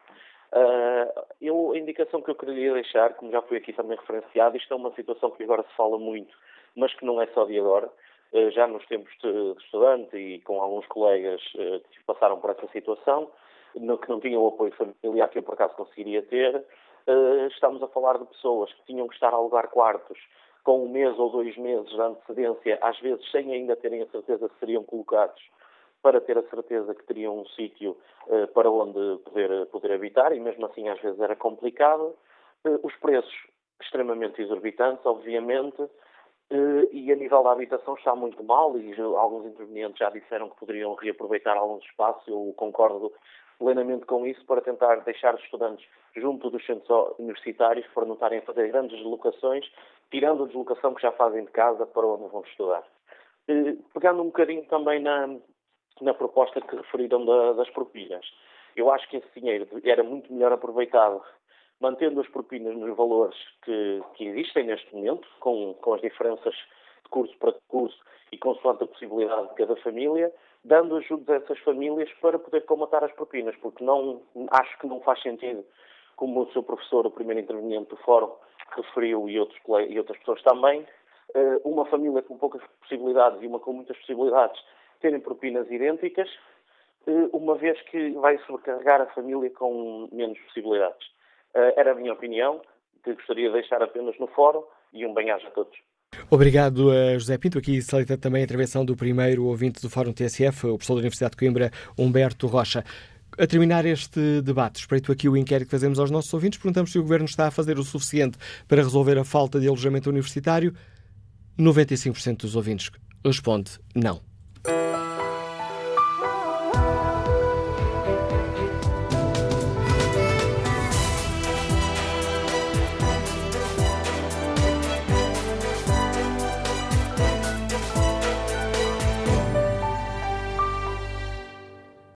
A indicação que eu queria deixar, como já foi aqui também referenciado, isto é uma situação que agora se fala muito, mas que não é só de agora. Já nos tempos de estudante e com alguns colegas que passaram por essa situação, que não tinham o apoio familiar que eu por acaso conseguiria ter, estamos a falar de pessoas que tinham que estar a alugar quartos com 1 mês ou 2 meses de antecedência, às vezes sem ainda terem a certeza que seriam colocados, para ter a certeza que teriam um sítio para onde poder habitar, e mesmo assim às vezes era complicado. Os preços extremamente exorbitantes, obviamente, e a nível da habitação está muito mal, e alguns intervenientes já disseram que poderiam reaproveitar alguns espaços. Eu concordo plenamente com isso, para tentar deixar os estudantes junto dos centros universitários para não estarem a fazer grandes deslocações, tirando a deslocação que já fazem de casa para onde vão estudar. Pegando um bocadinho também na proposta que referiram das propinas, eu acho que esse dinheiro era muito melhor aproveitado mantendo as propinas nos valores que existem neste momento, com as diferenças de curso para curso e consoante a possibilidade de cada família, dando ajuda a essas famílias para poder comatar as propinas, porque acho que não faz sentido, como o seu professor, o primeiro interveniente do Fórum, referiu, e outras pessoas também, uma família com poucas possibilidades e uma com muitas possibilidades terem propinas idênticas, uma vez que vai sobrecarregar a família com menos possibilidades. Era a minha opinião, que gostaria de deixar apenas no Fórum, e um bem-aja a todos. Obrigado a José Pinto. Aqui salienta também a intervenção do primeiro ouvinte do Fórum TSF, o professor da Universidade de Coimbra, Humberto Rocha. A terminar este debate, espreito aqui o inquérito que fazemos aos nossos ouvintes, perguntamos se o Governo está a fazer o suficiente para resolver a falta de alojamento universitário. 95% dos ouvintes responde não.